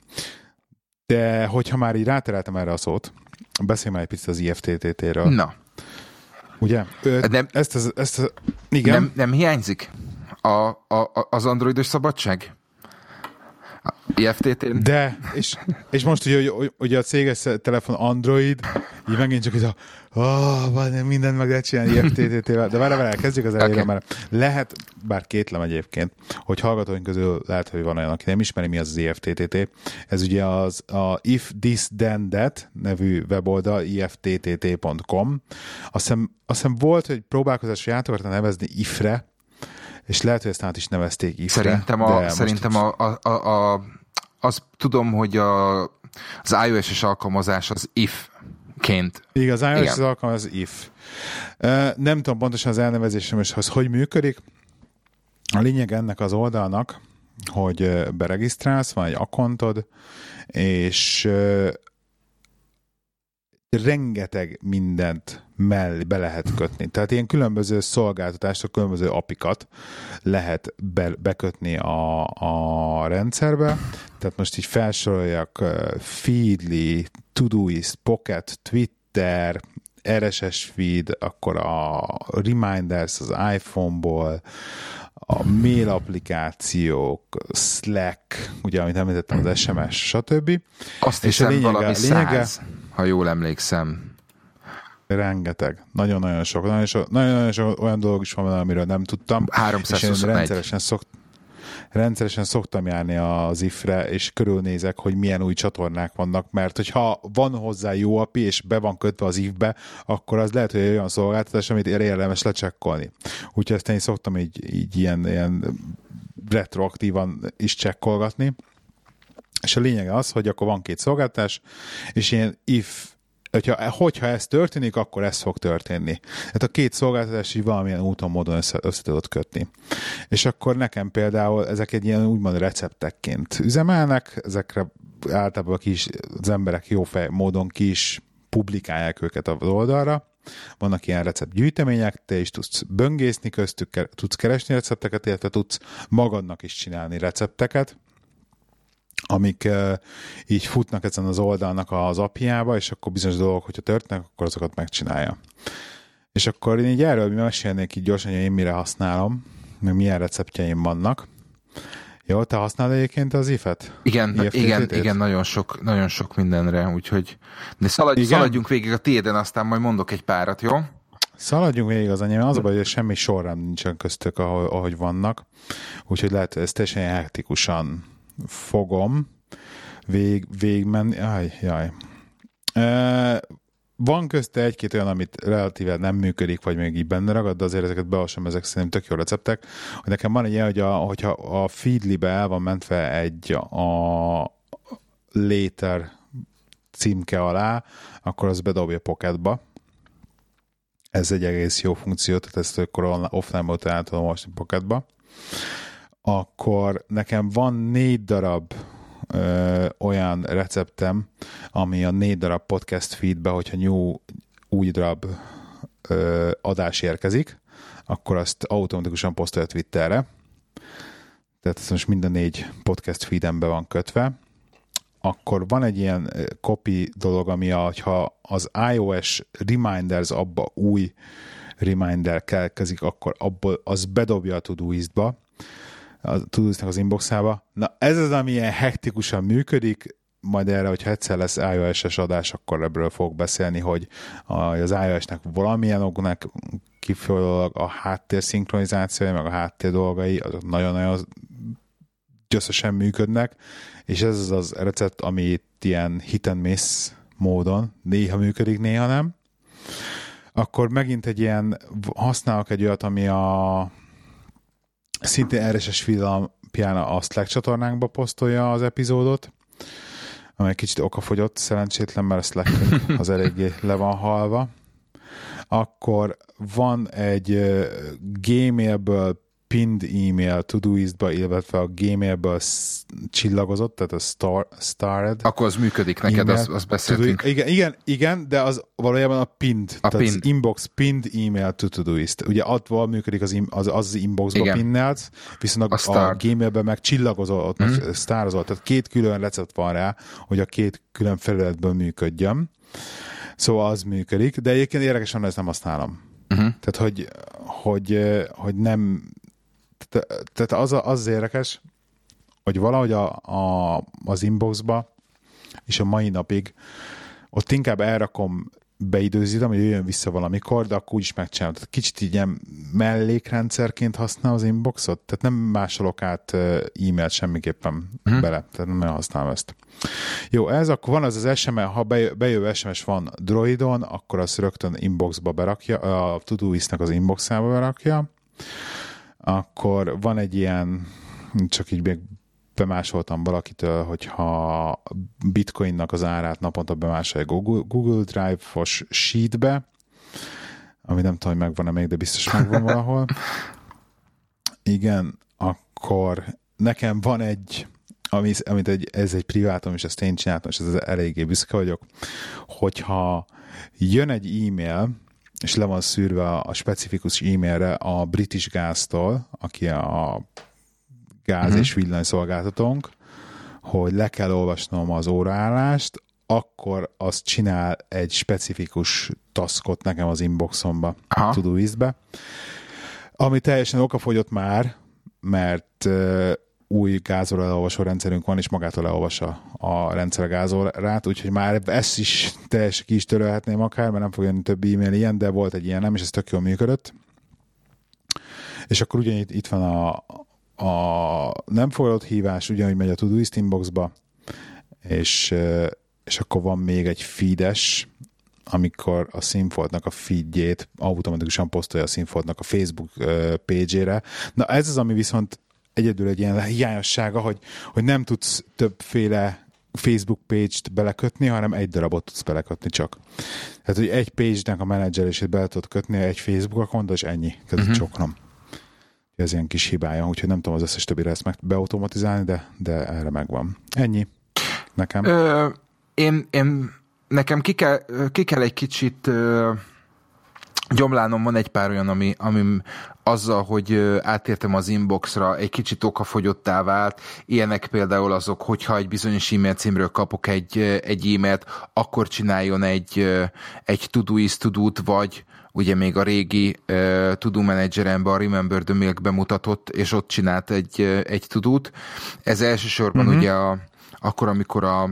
De hogyha már így rátereltem erre a szót, beszélj már egy picit az i ef té té té-ről. Na. Ugye? Ö, nem, ezt, ezt, ezt, igen. Nem, nem hiányzik a, a, az androidos szabadság? i ef té té-n? De, és, és most ugye, ugye a céges telefon Android, így megint csak, hogy a oh, mindent meg lehet csinálni i ef té té-vel, de várj, várj, kezdjük az elejére, okay, mert lehet, bár kétlem egyébként, hogy hallgatóink közül lehet, hogy van olyan, aki nem ismeri, mi az az i ef té té. Ez ugye az a If This Then That nevű weboldal, i ef té té té pont com. Azt hiszem, azt hiszem volt, hogy próbálkozás, hogy át akartam nevezni ifre, és lehet, hogy ezt át is nevezték ifre. Szerintem, a, szerintem a, a, a, a, azt tudom, hogy a, az iOS-es alkalmazás az if-ként. Igen, az iOS-es alkalmazás az if. Uh, nem tudom pontosan az elnevezésem, és az hogy működik. A lényeg ennek az oldalnak, hogy beregisztrálsz, van egy accountod, és uh, rengeteg mindent mellé be lehet kötni. Tehát ilyen különböző szolgáltatások, különböző apikat lehet be, bekötni a, a rendszerbe. Tehát most így felsoroljak Feedly, Todoist, Pocket, Twitter, er es es feed, akkor a Reminders az iPhone-ból, a mail applikációk, Slack, ugye, amit említettem, az es em es, stb. Azt hiszem lényege, valami lényege, száz, ha jól emlékszem. Rengeteg. Nagyon-nagyon sok. Nagyon-nagyon sok, nagyon-nagyon sok olyan dolog is van, amiről nem tudtam. háromszázhuszonegyben. Rendszeresen szokt... rendszeresen szoktam járni az ifre, és körülnézek, hogy milyen új csatornák vannak, mert hogyha van hozzá jó á pé i, és be van kötve az ifbe, akkor az lehet, hogy olyan szolgáltatás, amit érdemes lecsekkolni. Úgyhogy ezt én szoktam így, így ilyen, ilyen retroaktívan is csekkolgatni. És a lényeg az, hogy akkor van két szolgáltatás, és ilyen if, hogyha, hogyha ez történik, akkor ez fog történni. Tehát a két szolgáltatás így valamilyen úton, módon össze, össze tudod kötni. És akkor nekem például ezek egy ilyen úgymond receptekként üzemelnek, ezekre általában ki is, az emberek jó fej módon ki is publikálják őket az oldalra. Vannak ilyen receptgyűjtemények, te is tudsz böngészni köztük, tudsz keresni recepteket, illetve tudsz magadnak is csinálni recepteket, amik uh, így futnak ezen az oldalnak az apjába, és akkor bizonyos dolgok, hogyha történnek, akkor azokat megcsinálja. És akkor én így erről mesélnék így gyorsan, hogy én mire használom, meg milyen receptjeim vannak. Jó, te használod egyébként az ifet? Igen, igen, igen, nagyon sok, nagyon sok mindenre, úgyhogy de szaladj, szaladjunk végig a tiéden, aztán majd mondok egy párat, jó? Szaladjunk végig az enyém, az a baj, hogy semmi sorrend nincsen köztük, ahogy, ahogy vannak, úgyhogy lehet, hogy ezt teljesen hektikusan fogom vég, végigmenni. Aj, jaj. E, van közte egy-két olyan, amit relatíve nem működik, vagy még így benne ragad, de azért ezeket beolvasom, ezek szerintem tök jó receptek. Hogy nekem van egy ilyen, hogy a, hogyha a Feedly-be el van mentve egy a Later címke alá, akkor az bedobja Pocketba. Ez egy egész jó funkció, tehát ezt akkor offline-ból el tudom olvasni Pocketba. Akkor nekem van négy darab ö, olyan receptem, ami a négy darab podcast feedbe, hogyha new, új darab ö, adás érkezik, akkor azt automatikusan posztolja Twitterre. Tehát ez most minden négy podcast feedembe van kötve. Akkor van egy ilyen copy dolog, ami a, ha az iOS Reminders abba új reminder keletkezik, akkor abból az bedobja a Todoist-ba, a Todoist-nak az inboxába. Na ez az, ami ilyen hektikusan működik, majd erre, hogyha egyszer lesz iOS-es adás, akkor ebből fog beszélni, hogy az iOS-nek valamilyen oknak kifolyólag a háttér szinkronizációja, meg a háttér dolgai, azok nagyon-nagyon gyöszösen működnek, és ez az az recept, ami itt ilyen hit and miss módon néha működik, néha nem. Akkor megint egy ilyen, használok egy olyat, ami a szintén er es es feed alapján a Slack csatornánkba posztolja az epizódot, amely kicsit okafogyott, szerencsétlen, mert a Slack az eléggé le van halva. Akkor van egy Gmailből pinned e-mail Todoist-ba, illetve a Gmailből csillagozott, tehát a star, starred. Akkor az működik neked, azt az beszéltünk. Igen, igen, igen, de az valójában a pinned, a tehát pinned. az inbox pinned e-mail to Todoist. Ugye attól működik az, az, az inboxba pinnelsz, viszont a, a, a Gmailben meg csillagozott, mm. meg sztározott, tehát két külön recept van rá, hogy a két külön felületből működjön. Szóval az működik, de egyébként érdekesen ezt nem használom. Uh-huh. Tehát, hogy, hogy, hogy nem tehát az, az érdekes, hogy valahogy a, a, az inboxba és a mai napig ott inkább elrakom, beidőzítem, hogy jöjjön vissza valamikor, de akkor úgyis megcsinálom. Tehát kicsit így ilyen mellékrendszerként használ az inboxot, tehát nem másolok át e-mailt semmiképpen uh-huh. bele, tehát nem nagyon használom ezt. Jó, ez akkor van az az es em es, ha bejövő es em es van Droidon, akkor azt rögtön inboxba berakja, a Todoist-nek az inboxába berakja. Akkor van egy ilyen, csak így még bemásoltam valakitől, hogyha bitcoinnak az árát naponta bemásolja Google, Google Drive-os sheetbe, ami nem tudom, hogy megvan-e még, de biztos megvan valahol. Igen, akkor nekem van egy, ami, amit egy, ez egy privátom, és ezt én csináltam, és ez eléggé büszke vagyok, hogyha jön egy e-mail, és le van szűrve a specifikus e-mailre a British Gas-tól, aki a gáz uh-huh. és villanyszolgáltatónk, hogy le kell olvasnom az óraállást, akkor az csinál egy specifikus taskot nekem az inboxomba, a Todoist-be, ami teljesen okafogyott már, mert uh, új gázóra leolvasó rendszerünk van, és magától leolvassa a rendszer gázórát, úgyhogy már ezt is teljesen ki is törölhetném akár, mert nem fog jönni több e-mail ilyen, de volt egy ilyen nem, és ez tök jól működött. És akkor ugyanígy itt van a, a nem fogadott hívás ugyanúgy megy a Todoist inboxba, és, és akkor van még egy feedes, amikor a Synfoldnak a feedjét automatikusan posztolja a Synfoldnak a Facebook page-ére. Na ez az, ami viszont egyedül egy ilyen hiányossága, hogy, hogy nem tudsz többféle Facebook page-t belekötni, hanem egy darabot tudsz belekötni csak. Tehát, hogy egy page-nek a menedzselését bele tudod kötni egy Facebook account, és ennyi. Tehát uh-huh. csokrom. Ez ilyen kis hibája, úgyhogy nem tudom az összes többire ezt meg beautomatizálni, de, de erre megvan. Ennyi. Nekem. Ö, én, én, nekem ki kell, ki kell egy kicsit ö, gyomlánom, van egy pár olyan, ami, ami azzal, hogy átértem az inboxra, egy kicsit okafogyottá vált. Ilyenek például azok, hogyha egy bizonyos e-mail címről kapok egy, egy e-mailt, akkor csináljon egy, egy Todoist to-do-t, vagy ugye még a régi uh, To-Do Manageremben a Remember the Milk bemutatott, és ott csinált egy, egy to-do-t. Ez elsősorban uh-huh. ugye a, akkor, amikor a,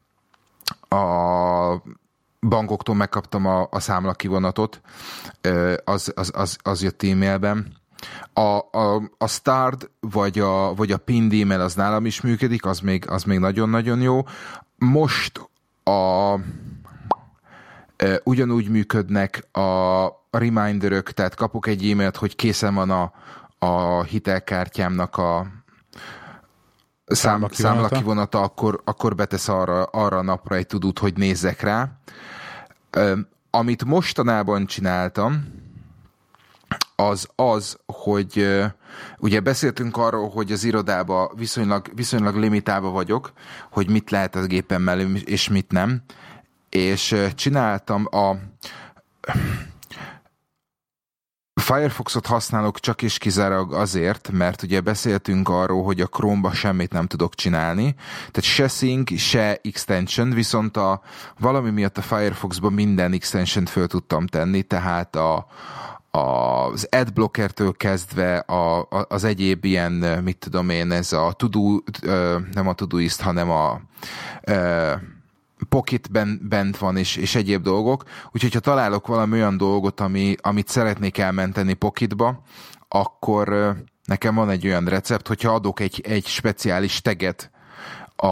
a bankoktól megkaptam a, a számlakivonatot, az, az, az, az jött e-mailben. A, a, a Start vagy a, vagy a Pinned e-mail az nálam is működik, az még, az még nagyon-nagyon jó. Most a ugyanúgy működnek a reminderök, tehát kapok egy e-mailt, hogy készen van a, a hitelkártyámnak a szám, számlakivonata, akkor, akkor betesz arra, arra a napra egy tudót, hogy nézzek rá. Amit mostanában csináltam, az az, hogy ugye beszéltünk arról, hogy az irodába viszonylag, viszonylag limitálva vagyok, hogy mit lehet a gépemmel, és mit nem. És csináltam a Firefoxot használok csak és kizárólag azért, mert ugye beszéltünk arról, hogy a Chrome-ba semmit nem tudok csinálni, tehát se sync, se extension, viszont a, valami miatt a Firefoxban minden extension-t föl tudtam tenni, tehát a, a, az adblockertől kezdve a, a, az egyéb ilyen, mit tudom én, ez a to-do, nem a Todoist, hanem a Pocketben bent van, és, és egyéb dolgok. Úgyhogy ha találok valami olyan dolgot, ami, amit szeretnék elmenteni Pocketba, akkor nekem van egy olyan recept, hogyha adok egy, egy speciális teget a,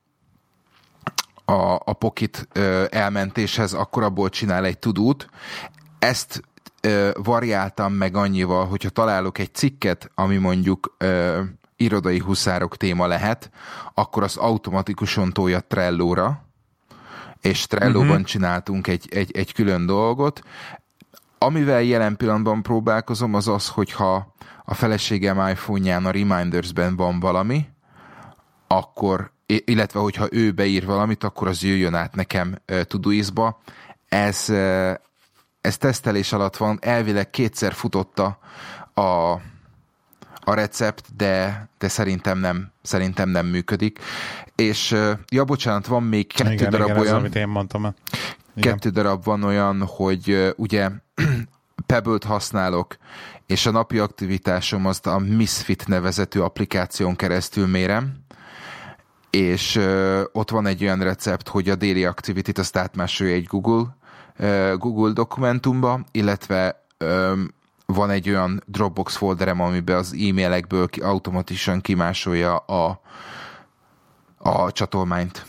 a, a Pocket elmentéshez, akkor abból csinál egy to-do-t. Ezt variáltam meg annyival, hogyha találok egy cikket, ami mondjuk irodai huszárok téma lehet, akkor az automatikusan tolja Trello-ra, és Trello-ban uh-huh. csináltunk egy, egy, egy külön dolgot. Amivel jelen pillanatban próbálkozom, az az, hogyha a feleségem iPhone-ján a Reminders-ben van valami, akkor, illetve hogyha ő beír valamit, akkor az jöjjön át nekem uh, Todoist-ba. Ez, uh, ez tesztelés alatt van, elvileg kétszer futotta a, a recept, de, de szerintem, nem, szerintem nem működik. És, ja, bocsánat, van még kettő igen, darab igen, olyan... Ez, amit én mondtam. Igen. Kettő darab van olyan, hogy uh, ugye Pebble-t használok, és a napi aktivitásom azt a Misfit nevezetű applikáción keresztül mérem, és uh, ott van egy olyan recept, hogy a daily activity-t azt átmásolja egy Google, uh, Google dokumentumba, illetve um, van egy olyan Dropbox folderem, amiben az e-mailekből automatikusan kimásolja a a csatolmányt.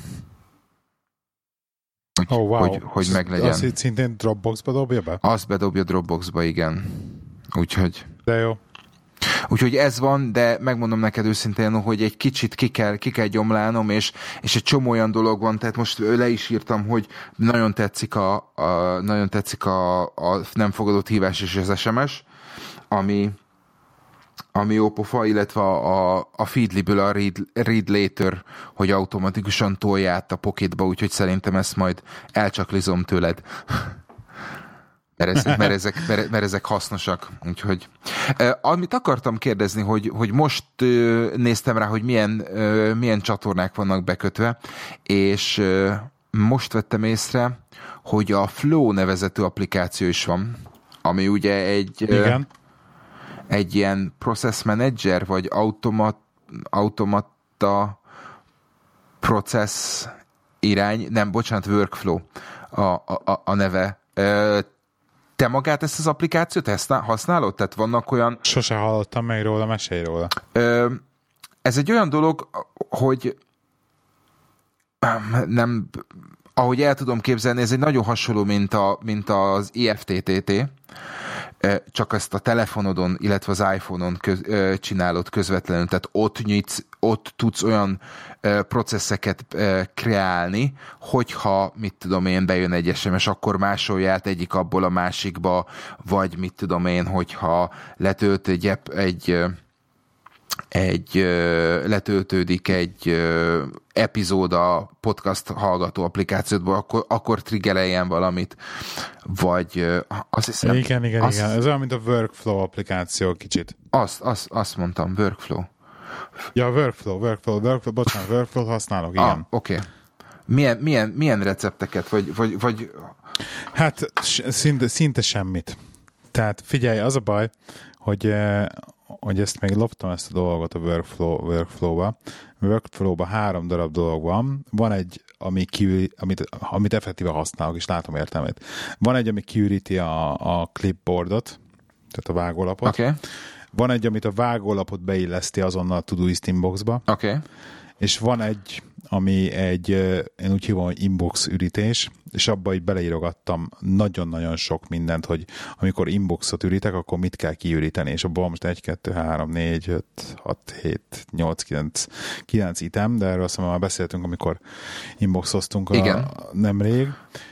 Hogy, oh, wow. hogy, hogy meglegyen. Azt itt szintén Dropboxba dobja be? Azt bedobja Dropboxba, igen. Úgyhogy... De jó. Úgyhogy ez van, de megmondom neked őszintén, hogy egy kicsit ki kell, ki kell gyomlálnom, és, és egy csomó olyan dolog van, tehát most le is írtam, hogy nagyon tetszik a, a, nagyon tetszik a, a nem fogadott hívás és az es em es, ami ami jó pofa, illetve a, a, a Feedly-ből a read, read Later, hogy automatikusan tolja át a Pocketba, úgyhogy szerintem ezt majd elcsaklizom tőled. mert, ezek, mert, ezek, mert, mert ezek hasznosak. Úgyhogy. Uh, amit akartam kérdezni, hogy, hogy most uh, néztem rá, hogy milyen, uh, milyen csatornák vannak bekötve, és uh, most vettem észre, hogy a Flow nevezetű applikáció is van, ami ugye egy... Uh, Igen. egy ilyen process manager, vagy automat, automata process irány, nem, bocsánat, workflow a, a, a neve. te magát ezt az applikációt ezt használod? Tehát vannak olyan... Sose hallottam meg róla, mesélj róla. Ö, ez egy olyan dolog, hogy nem... Ahogy el tudom képzelni, ez egy nagyon hasonló, mint, a, mint az I F T T T, csak ezt a telefonodon, illetve az iPhone-on köz, csinálod közvetlenül, tehát ott nyitsz, ott tudsz olyan processzeket kreálni, hogyha, mit tudom én, bejön egy es em es, akkor másolja át egyik abból a másikba, vagy mit tudom én, hogyha letölt egy, egy egy letöltődik egy epizód a podcast hallgató applikációdból, akkor, akkor triggereljen valamit, vagy azt hiszem... Igen, igen, azt, igen. Ez olyan, mint a Workflow applikáció kicsit. Azt, azt, azt mondtam, Workflow. Ja, Workflow, Workflow, Workflow, bocsánat, Workflow használok, igen. Ah, oké. Okay. Milyen, milyen, milyen recepteket, vagy, vagy, vagy... Hát szinte, szinte semmit. Tehát figyelj, az a baj, hogy hogy ezt még loptam ezt a dolgot a workflow, workflow-ba. Workflow-ba három darab dolog van. Van egy, ami kiüri, amit, amit effektíve használok, és látom értelmét. Van egy, ami kiüríti a, a clipboardot, tehát a vágólapot. Okay. Van egy, amit a vágólapot beilleszti azonnal a Todoist inboxba. Okay. És van egy, ami egy, én úgy hívom, hogy inbox ürítés, és abba így beleírogattam nagyon-nagyon sok mindent, hogy amikor inboxot ürítek, akkor mit kell kiüríteni, és abban most egy, kettő, három, négy, öt, hat, hét, nyolc, kilenc, kilenc item, de erről azt mondom, már beszéltünk, amikor inboxoztunk a, nemrég.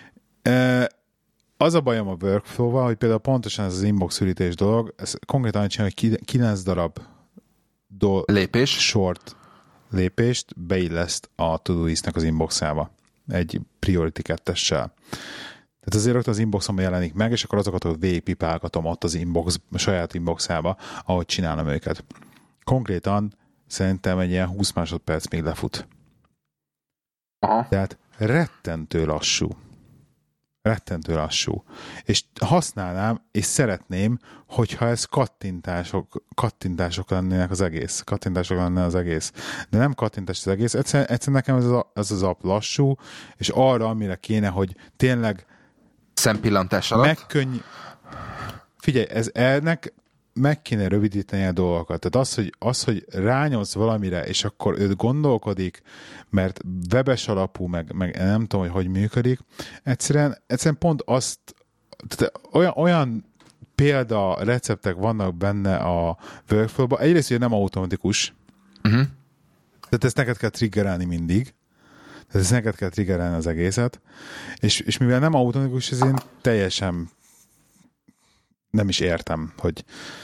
Az a bajom a workflow-val, hogy például pontosan ez az inbox ürítés dolog, ez konkrétan csinál, hogy kilenc darab do- lépés short lépést beilleszt a Todoist-nek az inboxába. Egy priority kettessel. Tehát azért rögtön az inboxomban jelenik meg, és akkor azokat a végigpipálgatom ott az inbox, a saját inboxába, ahogy csinálom őket. Konkrétan szerintem egy ilyen húsz másodperc még lefut. Aha. Tehát rettentő lassú. Rettentő lassú. És használnám, és szeretném, hogyha ez kattintások, kattintások lennének az egész. Kattintások lenne az egész. De nem kattintás az egész. Egyszerűen, egyszerűen nekem ez az, ez az app lassú, és arra, amire kéne, hogy tényleg szempillantás alatt? Megkönny... Figyelj, ez ennek meg kéne rövidíteni a dolgokat. Tehát az, hogy, az, hogy rányolsz valamire, és akkor ő gondolkodik, mert webes alapú, meg, meg nem tudom, hogy hogy működik, egyszerűen, egyszerűen pont azt, tehát olyan, olyan példa, receptek vannak benne a workflow-ban. Egyrészt, hogy nem automatikus, uh-huh. tehát ezt neked kell triggerelni mindig, tehát ezt neked kell triggerelni az egészet, és, és mivel nem automatikus, ez én teljesen nem is értem, hogy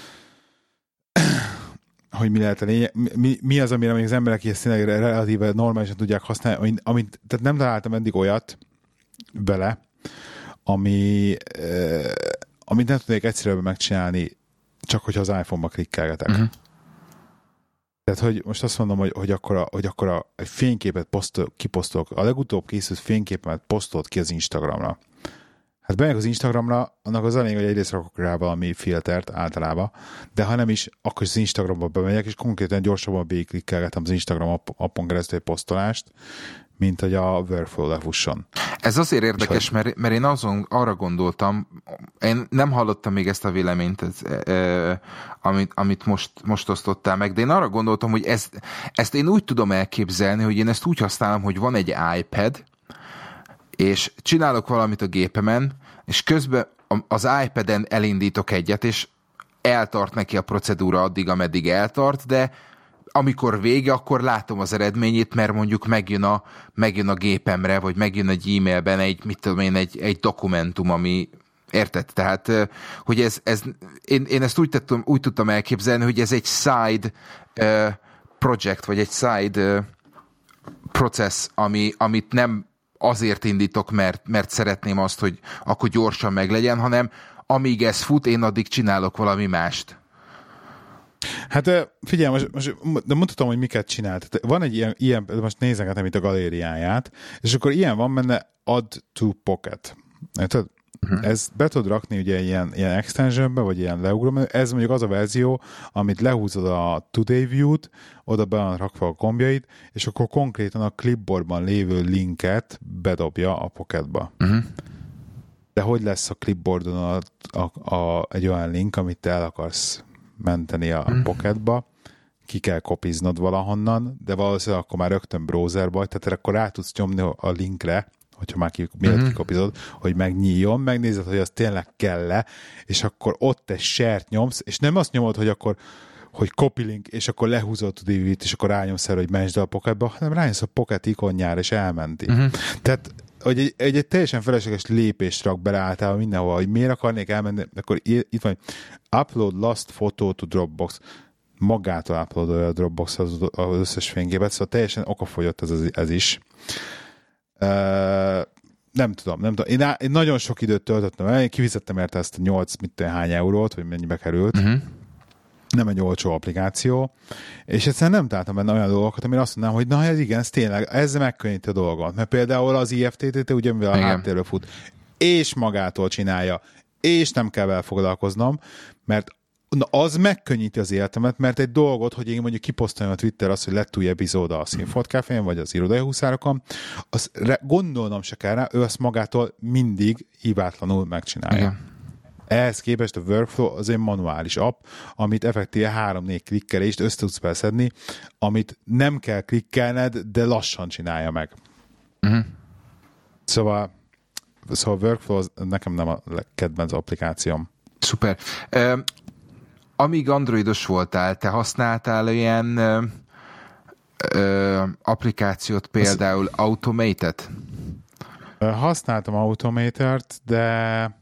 hogy mi lehet a lényeg, mi, mi az, amire még az emberek ezt tényleg relatíve normálisan tudják használni, amit, tehát nem találtam eddig olyat bele, ami, eh, amit nem tudnék egyszerűen megcsinálni, csak hogyha az iPhone-ba klikkelgetek. Uh-huh. Tehát, hogy most azt mondom, hogy, hogy akkor, a, hogy akkor a, egy fényképet posztol, kiposztolok, a legutóbb készült fényképemet posztolt ki az Instagramra. Hát bemegyek az Instagramra, annak az a lényeg, hogy egyrészt rakok rá valami filtert általában, de ha nem is, akkor az Instagramba bemegyek, és konkrétan gyorsabban végigklikkelgetem az Instagram app, appon keresztül egy posztolást, mint hogy a Workflow lefusson. Ez azért érdekes, mert, mert én azon, arra gondoltam, én nem hallottam még ezt a véleményt, ez, e, amit, amit most, most osztottál meg, de én arra gondoltam, hogy ezt, ezt én úgy tudom elképzelni, hogy én ezt úgy használom, hogy van egy iPad, és csinálok valamit a gépemen, és közben az iPad-en elindítok egyet, és eltart neki a procedúra addig, ameddig eltart, de amikor vége, akkor látom az eredményét, mert mondjuk megjön a, megjön a gépemre, vagy megjön egy e-mailben egy, mit tudom én, egy, egy dokumentum, ami érted? Tehát, hogy ez, ez én, én ezt úgy, tettem, úgy tudtam elképzelni, hogy ez egy side uh, project, vagy egy side uh, process, ami, amit nem azért indítok, mert, mert szeretném azt, hogy akkor gyorsan meglegyen, hanem amíg ez fut, én addig csinálok valami mást. Hát figyelj, most, most de mutatom, hogy miket csinált. Van egy ilyen, ilyen most nézegetem itt a galériáját, és akkor ilyen van benne add to pocket. Érted? Uh-huh. Ezt be tudod rakni ugye ilyen, ilyen extensionbe, vagy ilyen leugrom. Ez mondjuk az a verzió, amit lehúzod a Today View-t, oda be van rakva a gombjait, és akkor konkrétan a clipboardban lévő linket bedobja a pocketba. Uh-huh. de hogy lesz a clipboardon a, a, a, egy olyan link, amit te el akarsz menteni a mm. Pocketba, ki kell kopiznod valahonnan, de valószínűleg akkor már rögtön browserba vagy, tehát akkor rá tudsz nyomni a linkre, hogyha már ki, mielőtt mm-hmm. kikopizod, hogy megnyíljon, megnézed, hogy az tényleg kell-e, és akkor ott egy share-t nyomsz, és nem azt nyomod, hogy akkor hogy copy link, és akkor lehúzod a dé vé dét, és akkor rányomsz el, hogy mentsd a Pocketba, hanem rányomsz a Pocket ikonjára, és elmenti. Mm-hmm. Tehát hogy egy, egy, egy teljesen felesleges lépést rak bele általában mindenhol, hogy miért akarnék elmenni, akkor itt van, upload last photo to Dropbox, magától uploadolja a Dropbox az, az összes fényképet, szóval teljesen okafogyott ez, ez is. Uh, nem tudom, nem tudom. Én, á, én nagyon sok időt töltöttem el, én kifizettem érte ezt a nyolc mit tudom, hány eurót, vagy mennyibe került. Uh-huh. Nem egy olcsó applikáció, és egyszerűen nem találtam benne olyan dolgokat, amire azt mondanám, hogy na ez igen, ez tényleg, ez megkönnyíti a dolgot. Mert például az i ef té té ugye mivel a háttérről fut, és magától csinálja, és nem kell vele foglalkoznom, mert na, az megkönnyíti az életemet, mert egy dolgot, hogy én mondjuk kiposztoljam a Twitter azt, hogy lett új epizóda a Színfolt Cafén, vagy az Irodai Huszárokon, azt gondolnom se kell rá, ő azt magától mindig hibátlanul megcsinálja. Igen. Ehhez képest a Workflow az egy manuális app, amit effektíve három-négy klikkelést össze tudsz beszedni, amit nem kell klikkelned, de lassan csinálja meg. Uh-huh. Szóval, szóval a Workflow az nekem nem a kedvenc applikációm. Szuper. Uh, amíg androidos voltál, te használtál ilyen uh, uh, applikációt, például az... Automated? Uh, használtam Automated-t, de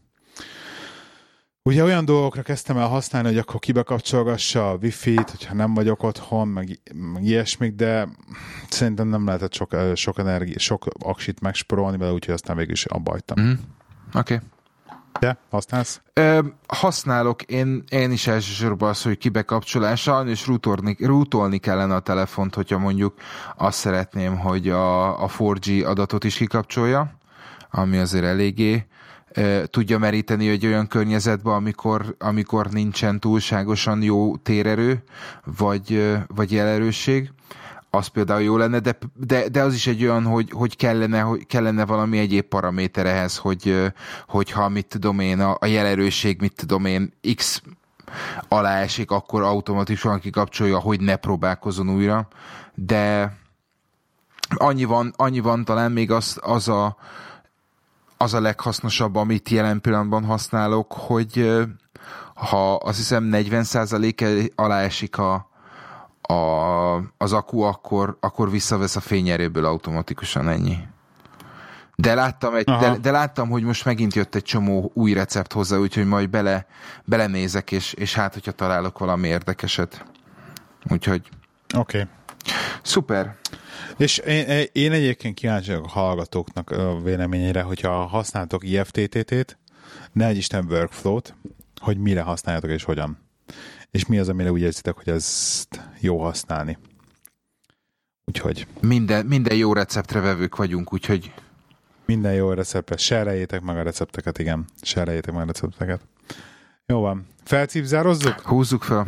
ugye olyan dolgokra kezdtem el használni, hogy akkor kibekapcsolgassa a Wi-Fi-t, hogyha nem vagyok otthon, meg, meg ilyesmik, de szerintem nem lehetett sok, sok energi, sok aksit megsporolni vele, úgyhogy aztán végül is abba hagytam. Mm. Oké. Okay. Te használsz? Ö, használok, én, én is elsősorban az, hogy kibekapcsolással, és rootolni, rootolni kellene a telefont, hogyha mondjuk azt szeretném, hogy a, a négy G adatot is kikapcsolja, ami azért eléggé tudja meríteni egy olyan környezetben, amikor, amikor nincsen túlságosan jó térerő, vagy, vagy jelerősség. Az például jó lenne, de, de, de az is egy olyan, hogy, hogy, kellene, hogy kellene valami egyéb paraméter ehhez, hogy, hogyha mit tudom én, a, a jelerőség, mit tudom én, X alá esik, akkor automatikusan kikapcsolja, hogy ne próbálkozzon újra. De annyi van, annyi van talán még az, az a az a leghasznosabb, amit jelen pillanatban használok, hogy ha azt hiszem negyven százalék alá esik a, a, az akku, akkor, akkor visszavesz a fényerőből automatikusan, ennyi. De láttam, egy, de, de láttam, hogy most megint jött egy csomó új recept hozzá, úgyhogy majd bele, belenézek, és, és hát, hogyha találok valami érdekeset. Úgyhogy... Oké. Okay. Szuper. És én, én egyébként kíváncsi a hallgatóknak a véleményére, hogyha használtok i ef té té-t, ne egy Isten Workflow-t, hogy mire használjátok és hogyan. És mi az, amire úgy érzitek, hogy ezt jó használni. Úgyhogy... Minden, minden jó receptre vevők vagyunk, úgyhogy... Minden jó receptre. Serreljétek meg a recepteket, igen. Serreljétek meg a recepteket. Jó van. Felcípzározzuk? Húzzuk fel.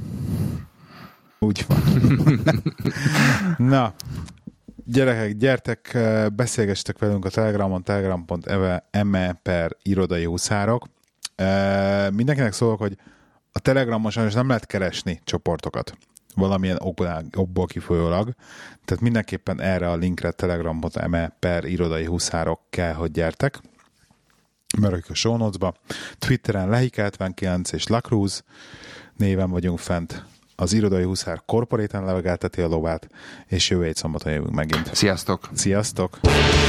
Úgy van. Na, gyerekek, gyertek, beszélgessetek velünk a Telegramon, telegram pont me per irodai huszárok. Mindenkinek szólok, hogy a Telegramon sajnos nem lehet keresni csoportokat, valamilyen okból, okból kifolyólag, tehát mindenképpen erre a linkre telegram pont me per irodai huszárok kell, hogy gyertek. Mörök a show notes-ba. Twitteren Lehik hetvenkilenc és Lacruz néven vagyunk fent. Az Irodai Huszár korporéten levegelteti a lovát, és jövő egy szombaton jövünk megint. Sziasztok! Sziasztok!